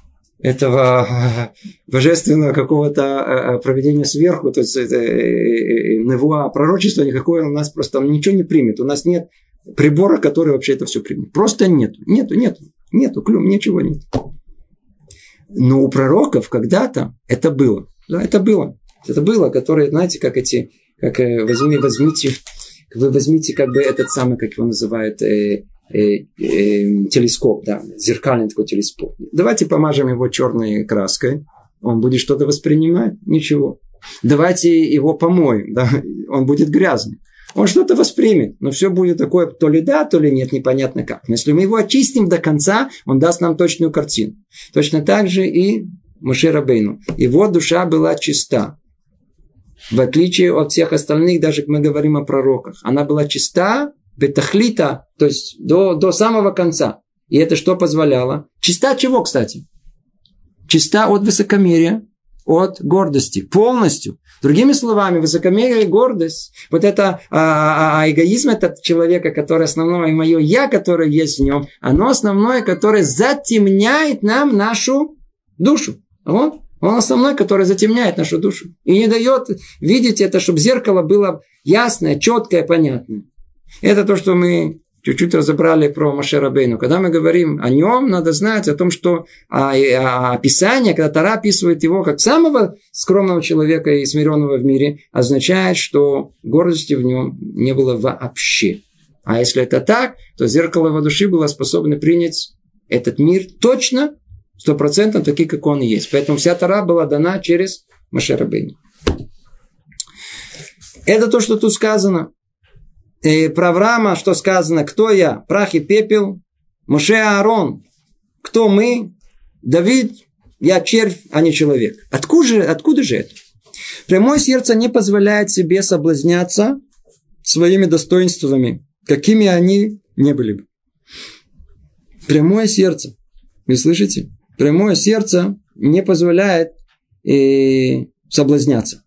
этого божественного какого-то проведения сверху, то есть невуа, пророчества никакое у нас просто ничего не примет. У нас нет прибора, который вообще это все примет. Просто нету, нету, нету, нету, клюм, ничего нет. Но у пророков когда-то это было. Да, это было. Это было, которое, знаете, как эти, как возьми, возьмите, вы возьмите как бы этот самый, как его называют, э, э, э, телескоп, да, зеркальный такой телескоп. Давайте помажем его черной краской, он будет что-то воспринимать? Ничего. Давайте его помоем, да, он будет грязный. Он что-то воспримет, но все будет такое, то ли да, то ли нет, непонятно как. Но если мы его очистим до конца, он даст нам точную картину. Точно так же и Моше Рабейну. Его душа была чиста. В отличие от всех остальных, даже мы говорим о пророках. Она была чиста, бетахлита, то есть до, до самого конца. И это что позволяло? Чиста от чего, кстати? Чиста от высокомерия, от гордости. Полностью. Другими словами, высокомерие и гордость, вот это а, а, эгоизм этого человека, который основное, и мое я, которое есть в нем, оно основное, которое затемняет нам нашу душу. Вот. Он основной, который затемняет нашу душу. И не дает видеть это, чтобы зеркало было ясное, четкое, понятное. Это то, что мы чуть-чуть разобрали про Моше Рабейну. Когда мы говорим о нем, надо знать о том, что а, а, описание, когда Тора описывает его как самого скромного человека и смиренного в мире, означает, что гордости в нем не было вообще. А если это так, то зеркало его души было способно принять этот мир точно, сто процентов такие, как он и есть. Поэтому вся Тора была дана через Моше Рабейну. Это то, что тут сказано. И про Авраама, что сказано, кто я? Прах и пепел. Моше Аарон. Кто мы? Давид. Я червь, а не человек. Откуда же, откуда же это? Прямое сердце не позволяет себе соблазняться своими достоинствами, какими они не были бы. Прямое сердце. Вы слышите? Прямое сердце не позволяет э, соблазняться.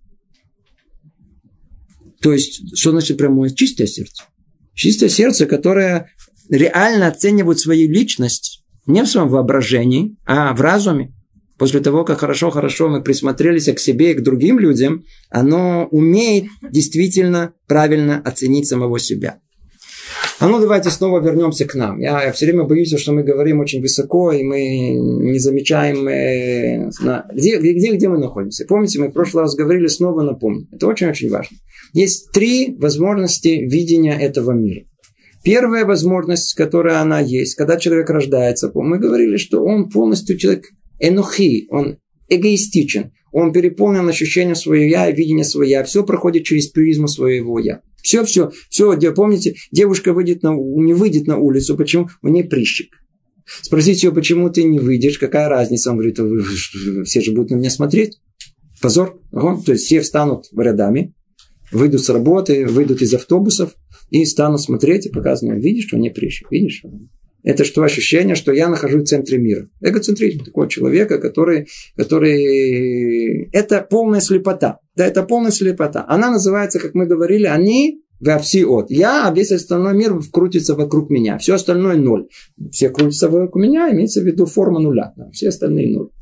То есть, что значит прямое? Чистое сердце. Чистое сердце, которое реально оценивает свою личность не в своем воображении, а в разуме. После того, как хорошо-хорошо мы присмотрелись к себе и к другим людям, оно умеет действительно правильно оценить самого себя. А ну давайте снова вернемся к нам. Я, я все время боюсь, что мы говорим очень высоко, и мы не замечаем, э, на, где, где, где мы находимся. Помните, мы в прошлый раз говорили, снова напомню. Это очень-очень важно. Есть три возможности видения этого мира. Первая возможность, которая она есть, когда человек рождается, мы говорили, что он полностью человек энохи, он эгоистичен, он переполнен ощущением своего я и видением своего я. Все проходит через призму своего я. Все, все, все, помните, девушка выйдет на, не выйдет на улицу, почему? У нее прыщик. Спросите ее, почему ты не выйдешь, какая разница? Он говорит, все же будут на меня смотреть. Позор. Ага. То есть все встанут рядами, выйдут с работы, выйдут из автобусов и станут смотреть и показывать, видишь, что у нее прыщик, видишь? Это что ощущение, что я нахожусь в центре мира. Эгоцентризм такого человека, который, который... Это полная слепота. Да, это полная слепота. Она называется, как мы говорили, они вапсиот. Я, а весь остальной мир крутится вокруг меня. Все остальное ноль. Все крутятся вокруг меня, имеется в виду форма нуля. Да, все остальные ноль.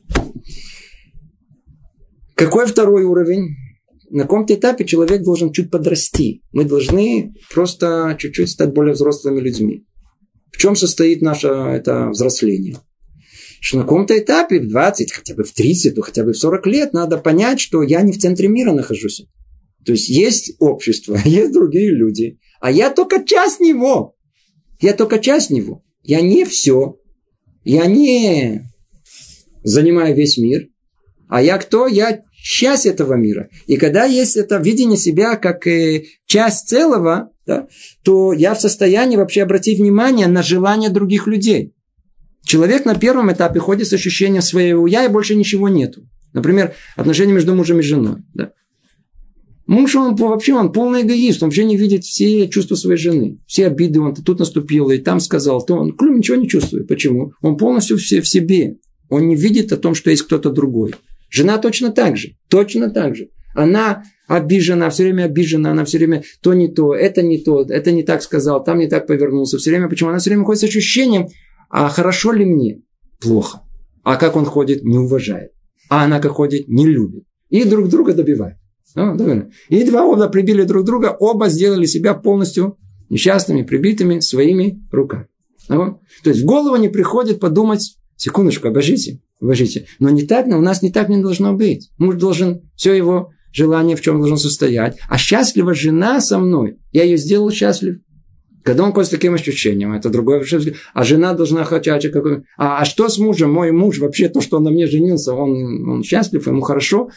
Какой второй уровень? На каком-то этапе человек должен чуть подрасти. Мы должны просто чуть-чуть стать более взрослыми людьми. В чем состоит наше это взросление? Что на каком-то этапе в двадцать, хотя бы в тридцать, хотя бы в сорок лет надо понять, что я не в центре мира нахожусь. То есть есть общество, есть другие люди, а я только часть него. Я только часть него. Я не все. Я не занимаю весь мир. А я кто? Я часть этого мира. И когда есть это видение себя как э, часть целого, да, то я в состоянии вообще обратить внимание на желания других людей. Человек на первом этапе ходит с ощущением своего «я» и больше ничего нету. Например, отношения между мужем и женой. Да. Муж, он вообще он полный эгоист, он вообще не видит все чувства своей жены. Все обиды, он тут наступил и там сказал, то он кроме ничего не чувствует. Почему? Он полностью все в себе. Он не видит о том, что есть кто-то другой. Жена точно так же. Точно так же. Она обижена, все время обижена, она все время то не то, это не то, это не так сказал, там не так повернулся. Все время, почему? Она все время ходит с ощущением, а хорошо ли мне? Плохо. А как он ходит? Не уважает. А она как ходит? Не любит. И друг друга добивает. Ну, и два оба прибили друг друга, оба сделали себя полностью несчастными, прибитыми своими руками. Ну, то есть в голову не приходит подумать, секундочку, обожите, обожите. Но не так, но у нас не так не должно быть. Муж должен, все его желание в чем должно состоять. А счастлива жена со мной. Я ее сделал счастлив. Когда он ходит с таким ощущением, это другое. А жена должна хотеть, какой... а, а что с мужем? Мой муж вообще то, что он на мне женился, он, он счастлив, ему хорошо.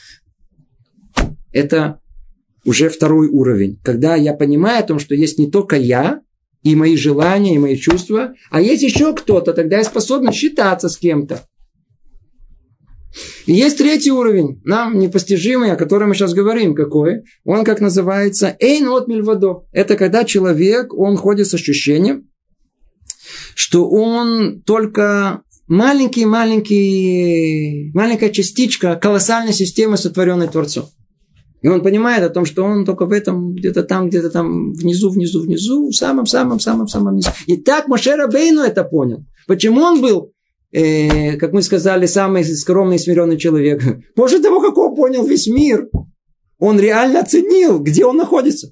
Это уже второй уровень. Когда я понимаю о том, что есть не только я, и мои желания, и мои чувства, а есть еще кто-то, тогда я способен считаться с кем-то. И есть третий уровень, нам непостижимый, о котором мы сейчас говорим. Какой? Он, как называется, эйн от мильвадо. Это когда человек, он ходит с ощущением, что он только маленький-маленький, маленькая частичка колоссальной системы, сотворенной Творцом. И он понимает о том, что он только в этом, где-то там, где-то там, внизу, внизу, внизу, в самом-самом-самом-самом низу. И так Моше Рабейну это понял. Почему он был, э, как мы сказали, самый скромный и смиренный человек? После того, как он понял весь мир, он реально оценил, где он находится.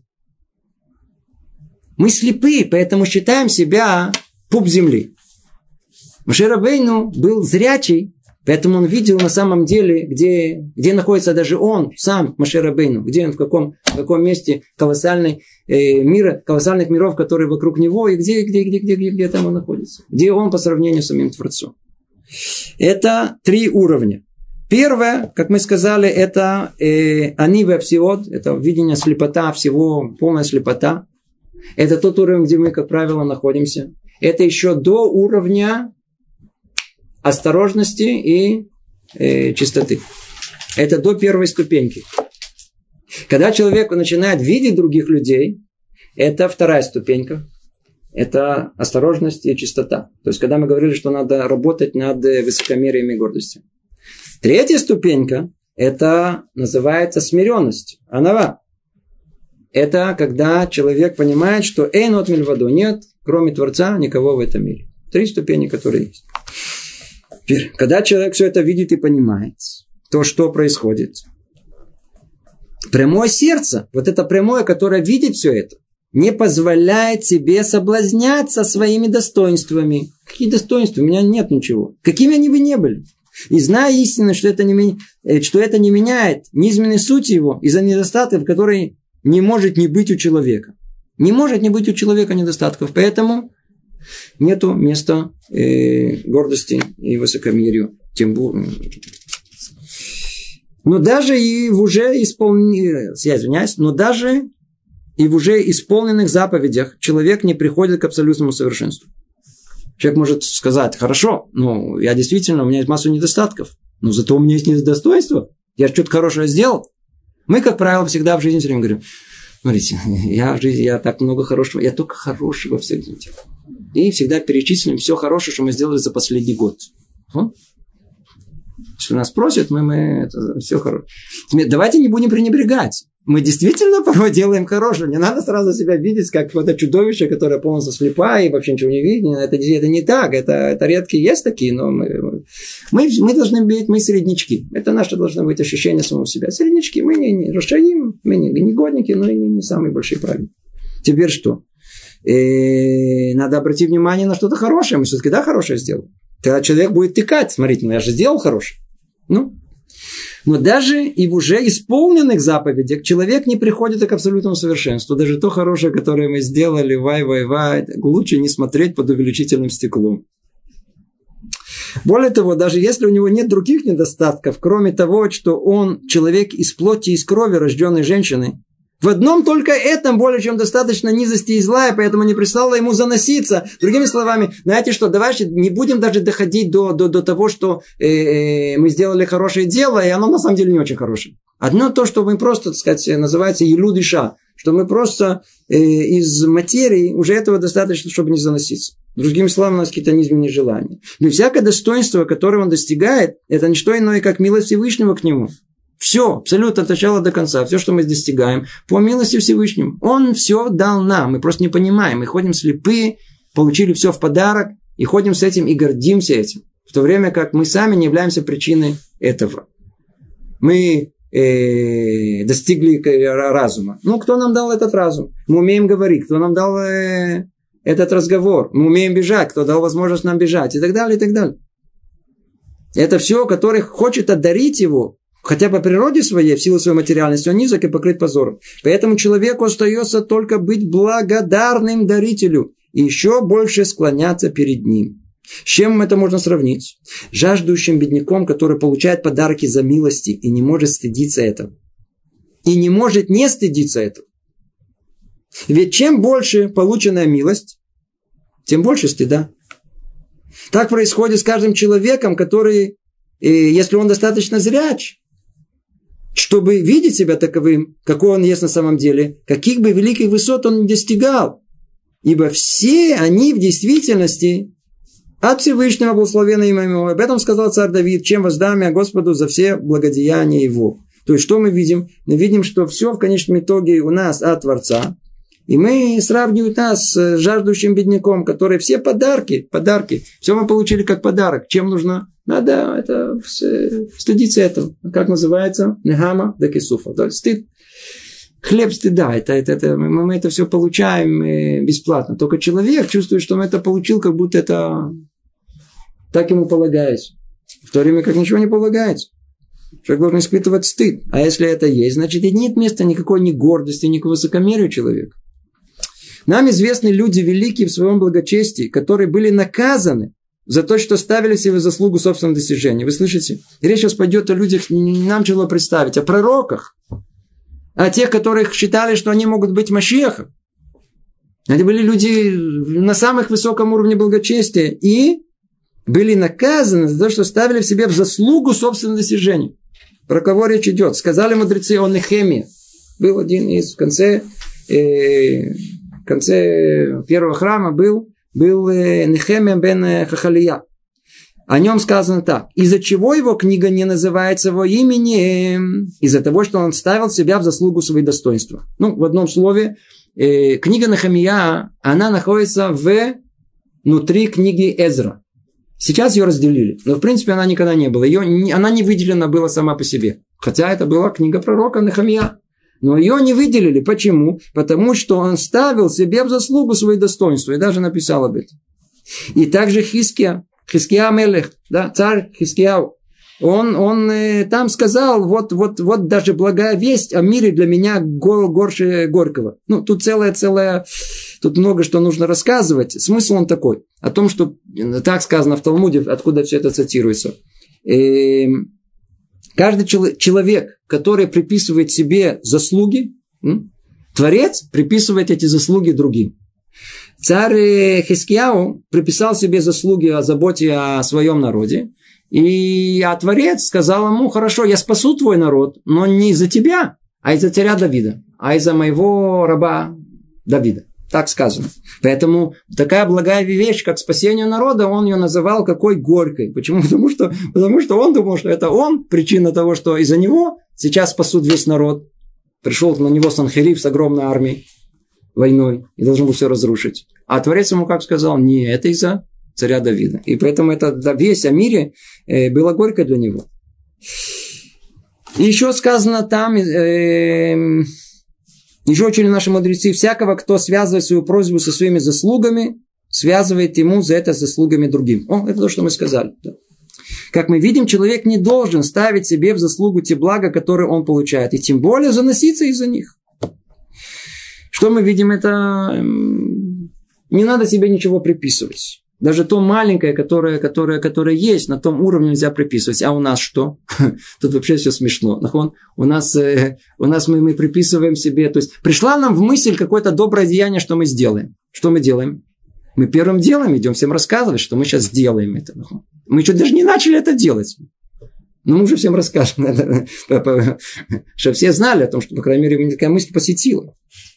Мы слепы, поэтому считаем себя пуп земли. Моше Рабейну был зрячий, поэтому он видел на самом деле, где, где находится даже он, сам Моше Рабейну, где он, в каком, в каком месте колоссальной э, мира, колоссальных миров, которые вокруг него, и где, где, где, где, где, где там он находится. Где он по сравнению с самим Творцом. Это три уровня. Первое, как мы сказали, это э, анива всевод, это видение слепота всего, полная слепота. Это тот уровень, где мы, как правило, находимся. Это еще до уровня осторожности и э, чистоты. Это до первой ступеньки. Когда человек начинает видеть других людей, это вторая ступенька. Это осторожность и чистота. То есть, когда мы говорили, что надо работать над высокомерием и гордостью. Третья ступенька, это называется смиренность. Анава. Это когда человек понимает, что эйн от мильвадо, нет, кроме Творца, никого в этом мире. Три ступени, которые есть. Теперь, когда человек все это видит и понимает, то что происходит? Прямое сердце, вот это прямое, которое видит все это, не позволяет себе соблазняться своими достоинствами. Какие достоинства? У меня нет ничего. Какими они бы ни были. И зная истинно, что это не, что это не меняет низменной сути его из-за недостатков, которые не может не быть у человека. Не может не быть у человека недостатков. Поэтому нету места э, гордости и высокомерию. Тем более. Но даже и в уже исполненных, я извиняюсь, но даже и в уже исполненных заповедях человек не приходит к абсолютному совершенству. Человек может сказать: хорошо, ну, я действительно, у меня есть массу недостатков, но зато у меня есть недостоинство. Я что-то хорошее сделал. Мы, как правило, всегда в жизни все время говорим: смотрите, я в жизни, я так много хорошего, я только хорошего всех делал. И всегда перечислим все хорошее, что мы сделали за последний год. Фу? Если нас спросят, мы, мы это все хорошее. Давайте не будем пренебрегать. Мы действительно порой делаем хорошее. Не надо сразу себя видеть, как это чудовище, которое полностью слепа и вообще ничего не видит. Это, это не так. Это, это редкие есть такие, но мы, мы, мы должны быть, мы среднячки. Это наше должно быть ощущение самого себя. Среднячки. Мы не, не расшаим, мы не негодники, но и не, не самые большие праведники. Теперь что? И надо обратить внимание на что-то хорошее. Мы все-таки да хорошее сделали. Тогда человек будет тыкать. Смотрите, ну я же сделал хорошее. Ну, но даже и в уже исполненных заповедях человек не приходит к абсолютному совершенству. Даже то хорошее, которое мы сделали, вай-вай-вай, лучше не смотреть под увеличительным стеклом. Более того, даже если у него нет других недостатков, кроме того, что он человек из плоти и из крови, рожденной женщиной, в одном только этом более чем достаточно низости и зла, и поэтому не пристало ему заноситься. Другими словами, знаете что, давайте не будем даже доходить до, до, до того, что э, э, мы сделали хорошее дело, и оно на самом деле не очень хорошее. Одно то, что мы просто, так сказать, называется елу диша, что мы просто э, из материи, уже этого достаточно, чтобы не заноситься. Другими словами, у нас какие-то низменные желания. Но всякое достоинство, которое он достигает, это не что иное, как милость Всевышнего к нему. Все, абсолютно от начала до конца, все, что мы достигаем, по милости Всевышнему. Он все дал нам, мы просто не понимаем. Мы ходим слепые, получили все в подарок, и ходим с этим и гордимся этим. В то время как мы сами не являемся причиной этого. Мы э, достигли разума. Ну, кто нам дал этот разум? Мы умеем говорить. Кто нам дал э, этот разговор? Мы умеем бежать. Кто дал возможность нам бежать? И так далее, и так далее. Это все, который хочет одарить его. Хотя по природе своей, в силу своей материальности, он низок и покрыт позором. Поэтому человеку остается только быть благодарным дарителю и еще больше склоняться перед ним. С чем это можно сравнить? Жаждущим бедняком, который получает подарки за милости и не может стыдиться этого. И не может не стыдиться этого. Ведь чем больше полученная милость, тем больше стыда. Так происходит с каждым человеком, который и если он достаточно зряч, чтобы видеть себя таковым, какой он есть на самом деле, каких бы великих высот он не достигал. Ибо все они в действительности от Всевышнего благословенного имя Его. Об этом сказал царь Давид, чем воздам я Господу за все благодеяния Его. То есть, что мы видим? Мы видим, что все в конечном итоге у нас от Творца. И мы сравнивают нас с жаждущим бедняком, который все подарки, подарки, все мы получили как подарок. Чем нужно? Надо это, стыдиться этого. Как называется? Нехама да кисуфа. То есть, стыд. Хлеб стыда, это, это, это, мы, мы это все получаем бесплатно. Только человек чувствует, что он это получил, как будто это так ему полагается. В то время как ничего не полагается. Человек должен испытывать стыд. А если это есть, значит и нет места никакой ни гордости, ни высокомерия у человека. Нам известны люди великие в своем благочестии, которые были наказаны за то, что ставили себе заслугу собственного достижения. Вы слышите? И речь сейчас пойдет о людях, не нам тяжело представить, о пророках. А тех, которых считали, что они могут быть Машиахом. Это были люди на самых высоком уровне благочестия. И были наказаны за то, что ставили в себе в заслугу собственного достижения. Про кого речь идет? Сказали мудрецы о Нехемии. Был один из в конце, э, в конце первого храма был, был э, Нехемия бен Хахалия. О нем сказано так. Из-за чего его книга не называется его именем? Из-за того, что он ставил себя в заслугу своих достоинства. Ну, в одном слове, э, книга Нехемия, она находится в, внутри книги Эзра. Сейчас ее разделили. Но, в принципе, она никогда не была. Ее, она не выделена была сама по себе. Хотя это была книга пророка Нехемия. Но ее не выделили. Почему? Потому что он ставил себе в заслугу свои достоинства. И даже написал об этом. И также Хиския. Хиския Мелех, да, царь Хискияу, он, он э, там сказал, вот, вот, вот даже благая весть о мире для меня гор, горше горького. Ну, тут целая, целая, тут много что нужно рассказывать. Смысл он такой, о том, что, так сказано в Талмуде, откуда все это цитируется. Э, каждый чел- человек, который приписывает себе заслуги, м, Творец приписывает эти заслуги другим. Царь Хискияу приписал себе заслуги о заботе о своем народе. И а Творец сказал ему: хорошо, я спасу твой народ, но не из-за тебя, а из-за царя Давида, а из-за моего раба Давида. Так сказано. Поэтому такая благая вещь, как спасение народа, он ее называл какой горькой. Почему? Потому что, потому что он думал, что это он причина того, что из-за него сейчас спасут весь народ. Пришел на него Санхериб с огромной армией. Войной, и должен был все разрушить. А Творец ему как сказал: не, это из-за царя Давида. И поэтому эта весть о мире э, была горькой для него. И еще сказано там, э, еще учили наши мудрецы: всякого, кто связывает свою просьбу со своими заслугами, связывает ему за это заслугами другим. О, это то, что мы сказали. Да. Как мы видим, человек не должен ставить себе в заслугу те блага, которые он получает, и тем более заноситься из-за них. Что мы видим, это не надо себе ничего приписывать. Даже то маленькое, которое, которое, которое есть, на том уровне нельзя приписывать. А у нас что? Тут вообще все смешно. У нас, у нас мы, мы приписываем себе. То есть пришла нам в мысль какое-то доброе деяние, что мы сделаем. Что мы делаем? Мы первым делом идем всем рассказывать, что мы сейчас сделаем это. Мы еще даже не начали это делать. Но мы уже всем расскажем. Чтобы все знали о том, что, по крайней мере, меня такая мысль посетила.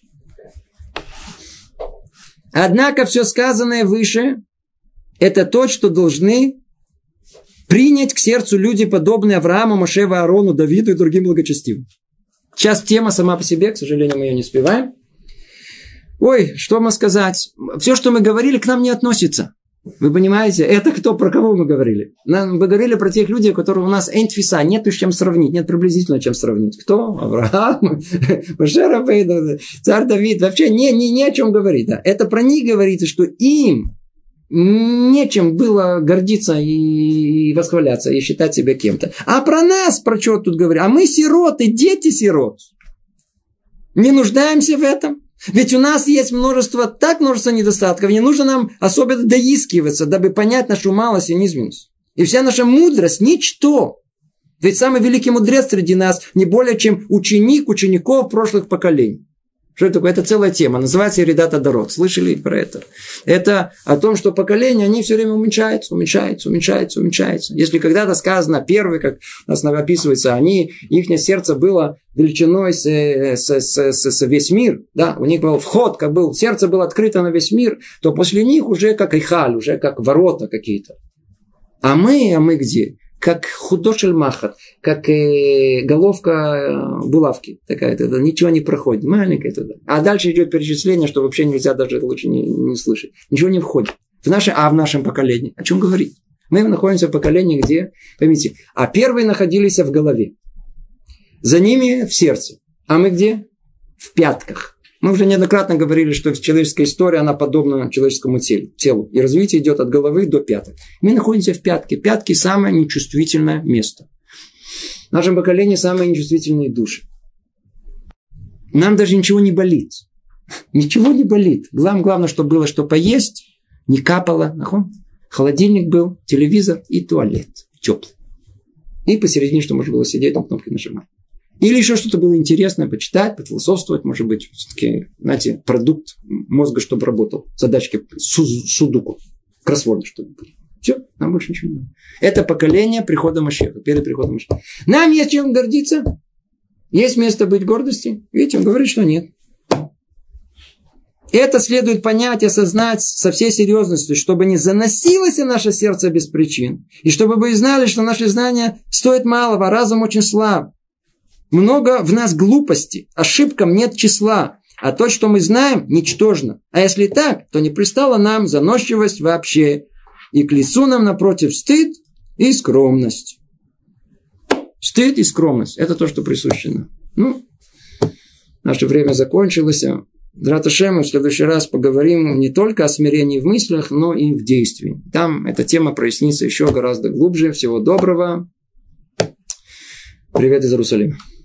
Однако все сказанное выше – это то, что должны принять к сердцу люди, подобные Аврааму, Моше, Аарону, Давиду и другим благочестивым. Сейчас тема сама по себе, к сожалению, мы ее не успеваем. Ой, что вам сказать? Все, что мы говорили, к нам не относится. Вы понимаете? Это кто, про кого мы говорили? Мы говорили про тех людей, которые у нас энтфиса, нет с чем сравнить, нет приблизительно чем сравнить. Кто? Авраам, Моше Рабейну, царь Давид. Вообще не, не, не о чем говорить. Да. Это про них говорится, что им нечем было гордиться и восхваляться, и считать себя кем-то. А про нас, про что тут говорить? А мы сироты, дети сирот. Не нуждаемся в этом. Ведь у нас есть множество, так множество недостатков. Не нужно нам особенно доискиваться, дабы понять нашу малость и низменность. И вся наша мудрость – ничто. Ведь самый великий мудрец среди нас не более чем ученик учеников прошлых поколений. Что это такое? Это целая тема. Называется Еридат Адорот. Слышали про это? Это о том, что поколения, они все время уменьшаются, уменьшаются, уменьшаются, уменьшаются. Если когда-то сказано, первый, как у нас описывается, они, их сердце было величиной с, с, с, с, с весь мир. Да? У них был вход, как был, сердце было открыто на весь мир, то после них уже как ихаль, уже как ворота какие-то. А мы, а мы где? Как худошель махат, как э, головка булавки. Такая, это, ничего не проходит. Маленькая туда. А дальше идет перечисление, что вообще нельзя даже лучше не, не слышать. Ничего не входит. В наше, а в нашем поколении. О чем говорить? Мы находимся в поколении, где, поймите, а первые находились в голове. За ними в сердце. А мы где? В пятках. Мы уже неоднократно говорили, что человеческая история, она подобна человеческому телу. И развитие идет от головы до пяток. Мы находимся в пятке. Пятки – самое нечувствительное место. В нашем поколении самые нечувствительные души. Нам даже ничего не болит. Ничего не болит. Главное, главное, чтобы было что поесть, не капало. Холодильник был, телевизор и туалет. Теплый. И посередине, что можно было сидеть, там кнопки нажимать. Или еще что-то было интересное, почитать, пофилософствовать, может быть, все-таки, знаете, продукт мозга, чтобы работал. Задачки судуку, кроссворды, чтобы были. Все, нам больше ничего не надо. Это поколение прихода Машеха, перед приходом Машеха. Нам есть чем гордиться. Есть место быть гордости. Видите, он говорит, что нет. Это следует понять и осознать со всей серьезностью, чтобы не заносилось наше сердце без причин. И чтобы вы знали, что наши знания стоят малого, а разум очень слаб. Много в нас глупости, ошибкам нет числа, а то, что мы знаем, ничтожно. А если так, то не пристала нам заносчивость вообще, и к лицу нам напротив стыд и скромность. Стыд и скромность – это то, что присуще нам. Ну, наше время закончилось. Драт Ашем, мы в следующий раз поговорим не только о смирении в мыслях, но и в действии. Там эта тема прояснится еще гораздо глубже. Всего доброго. Привет из Иерусалима.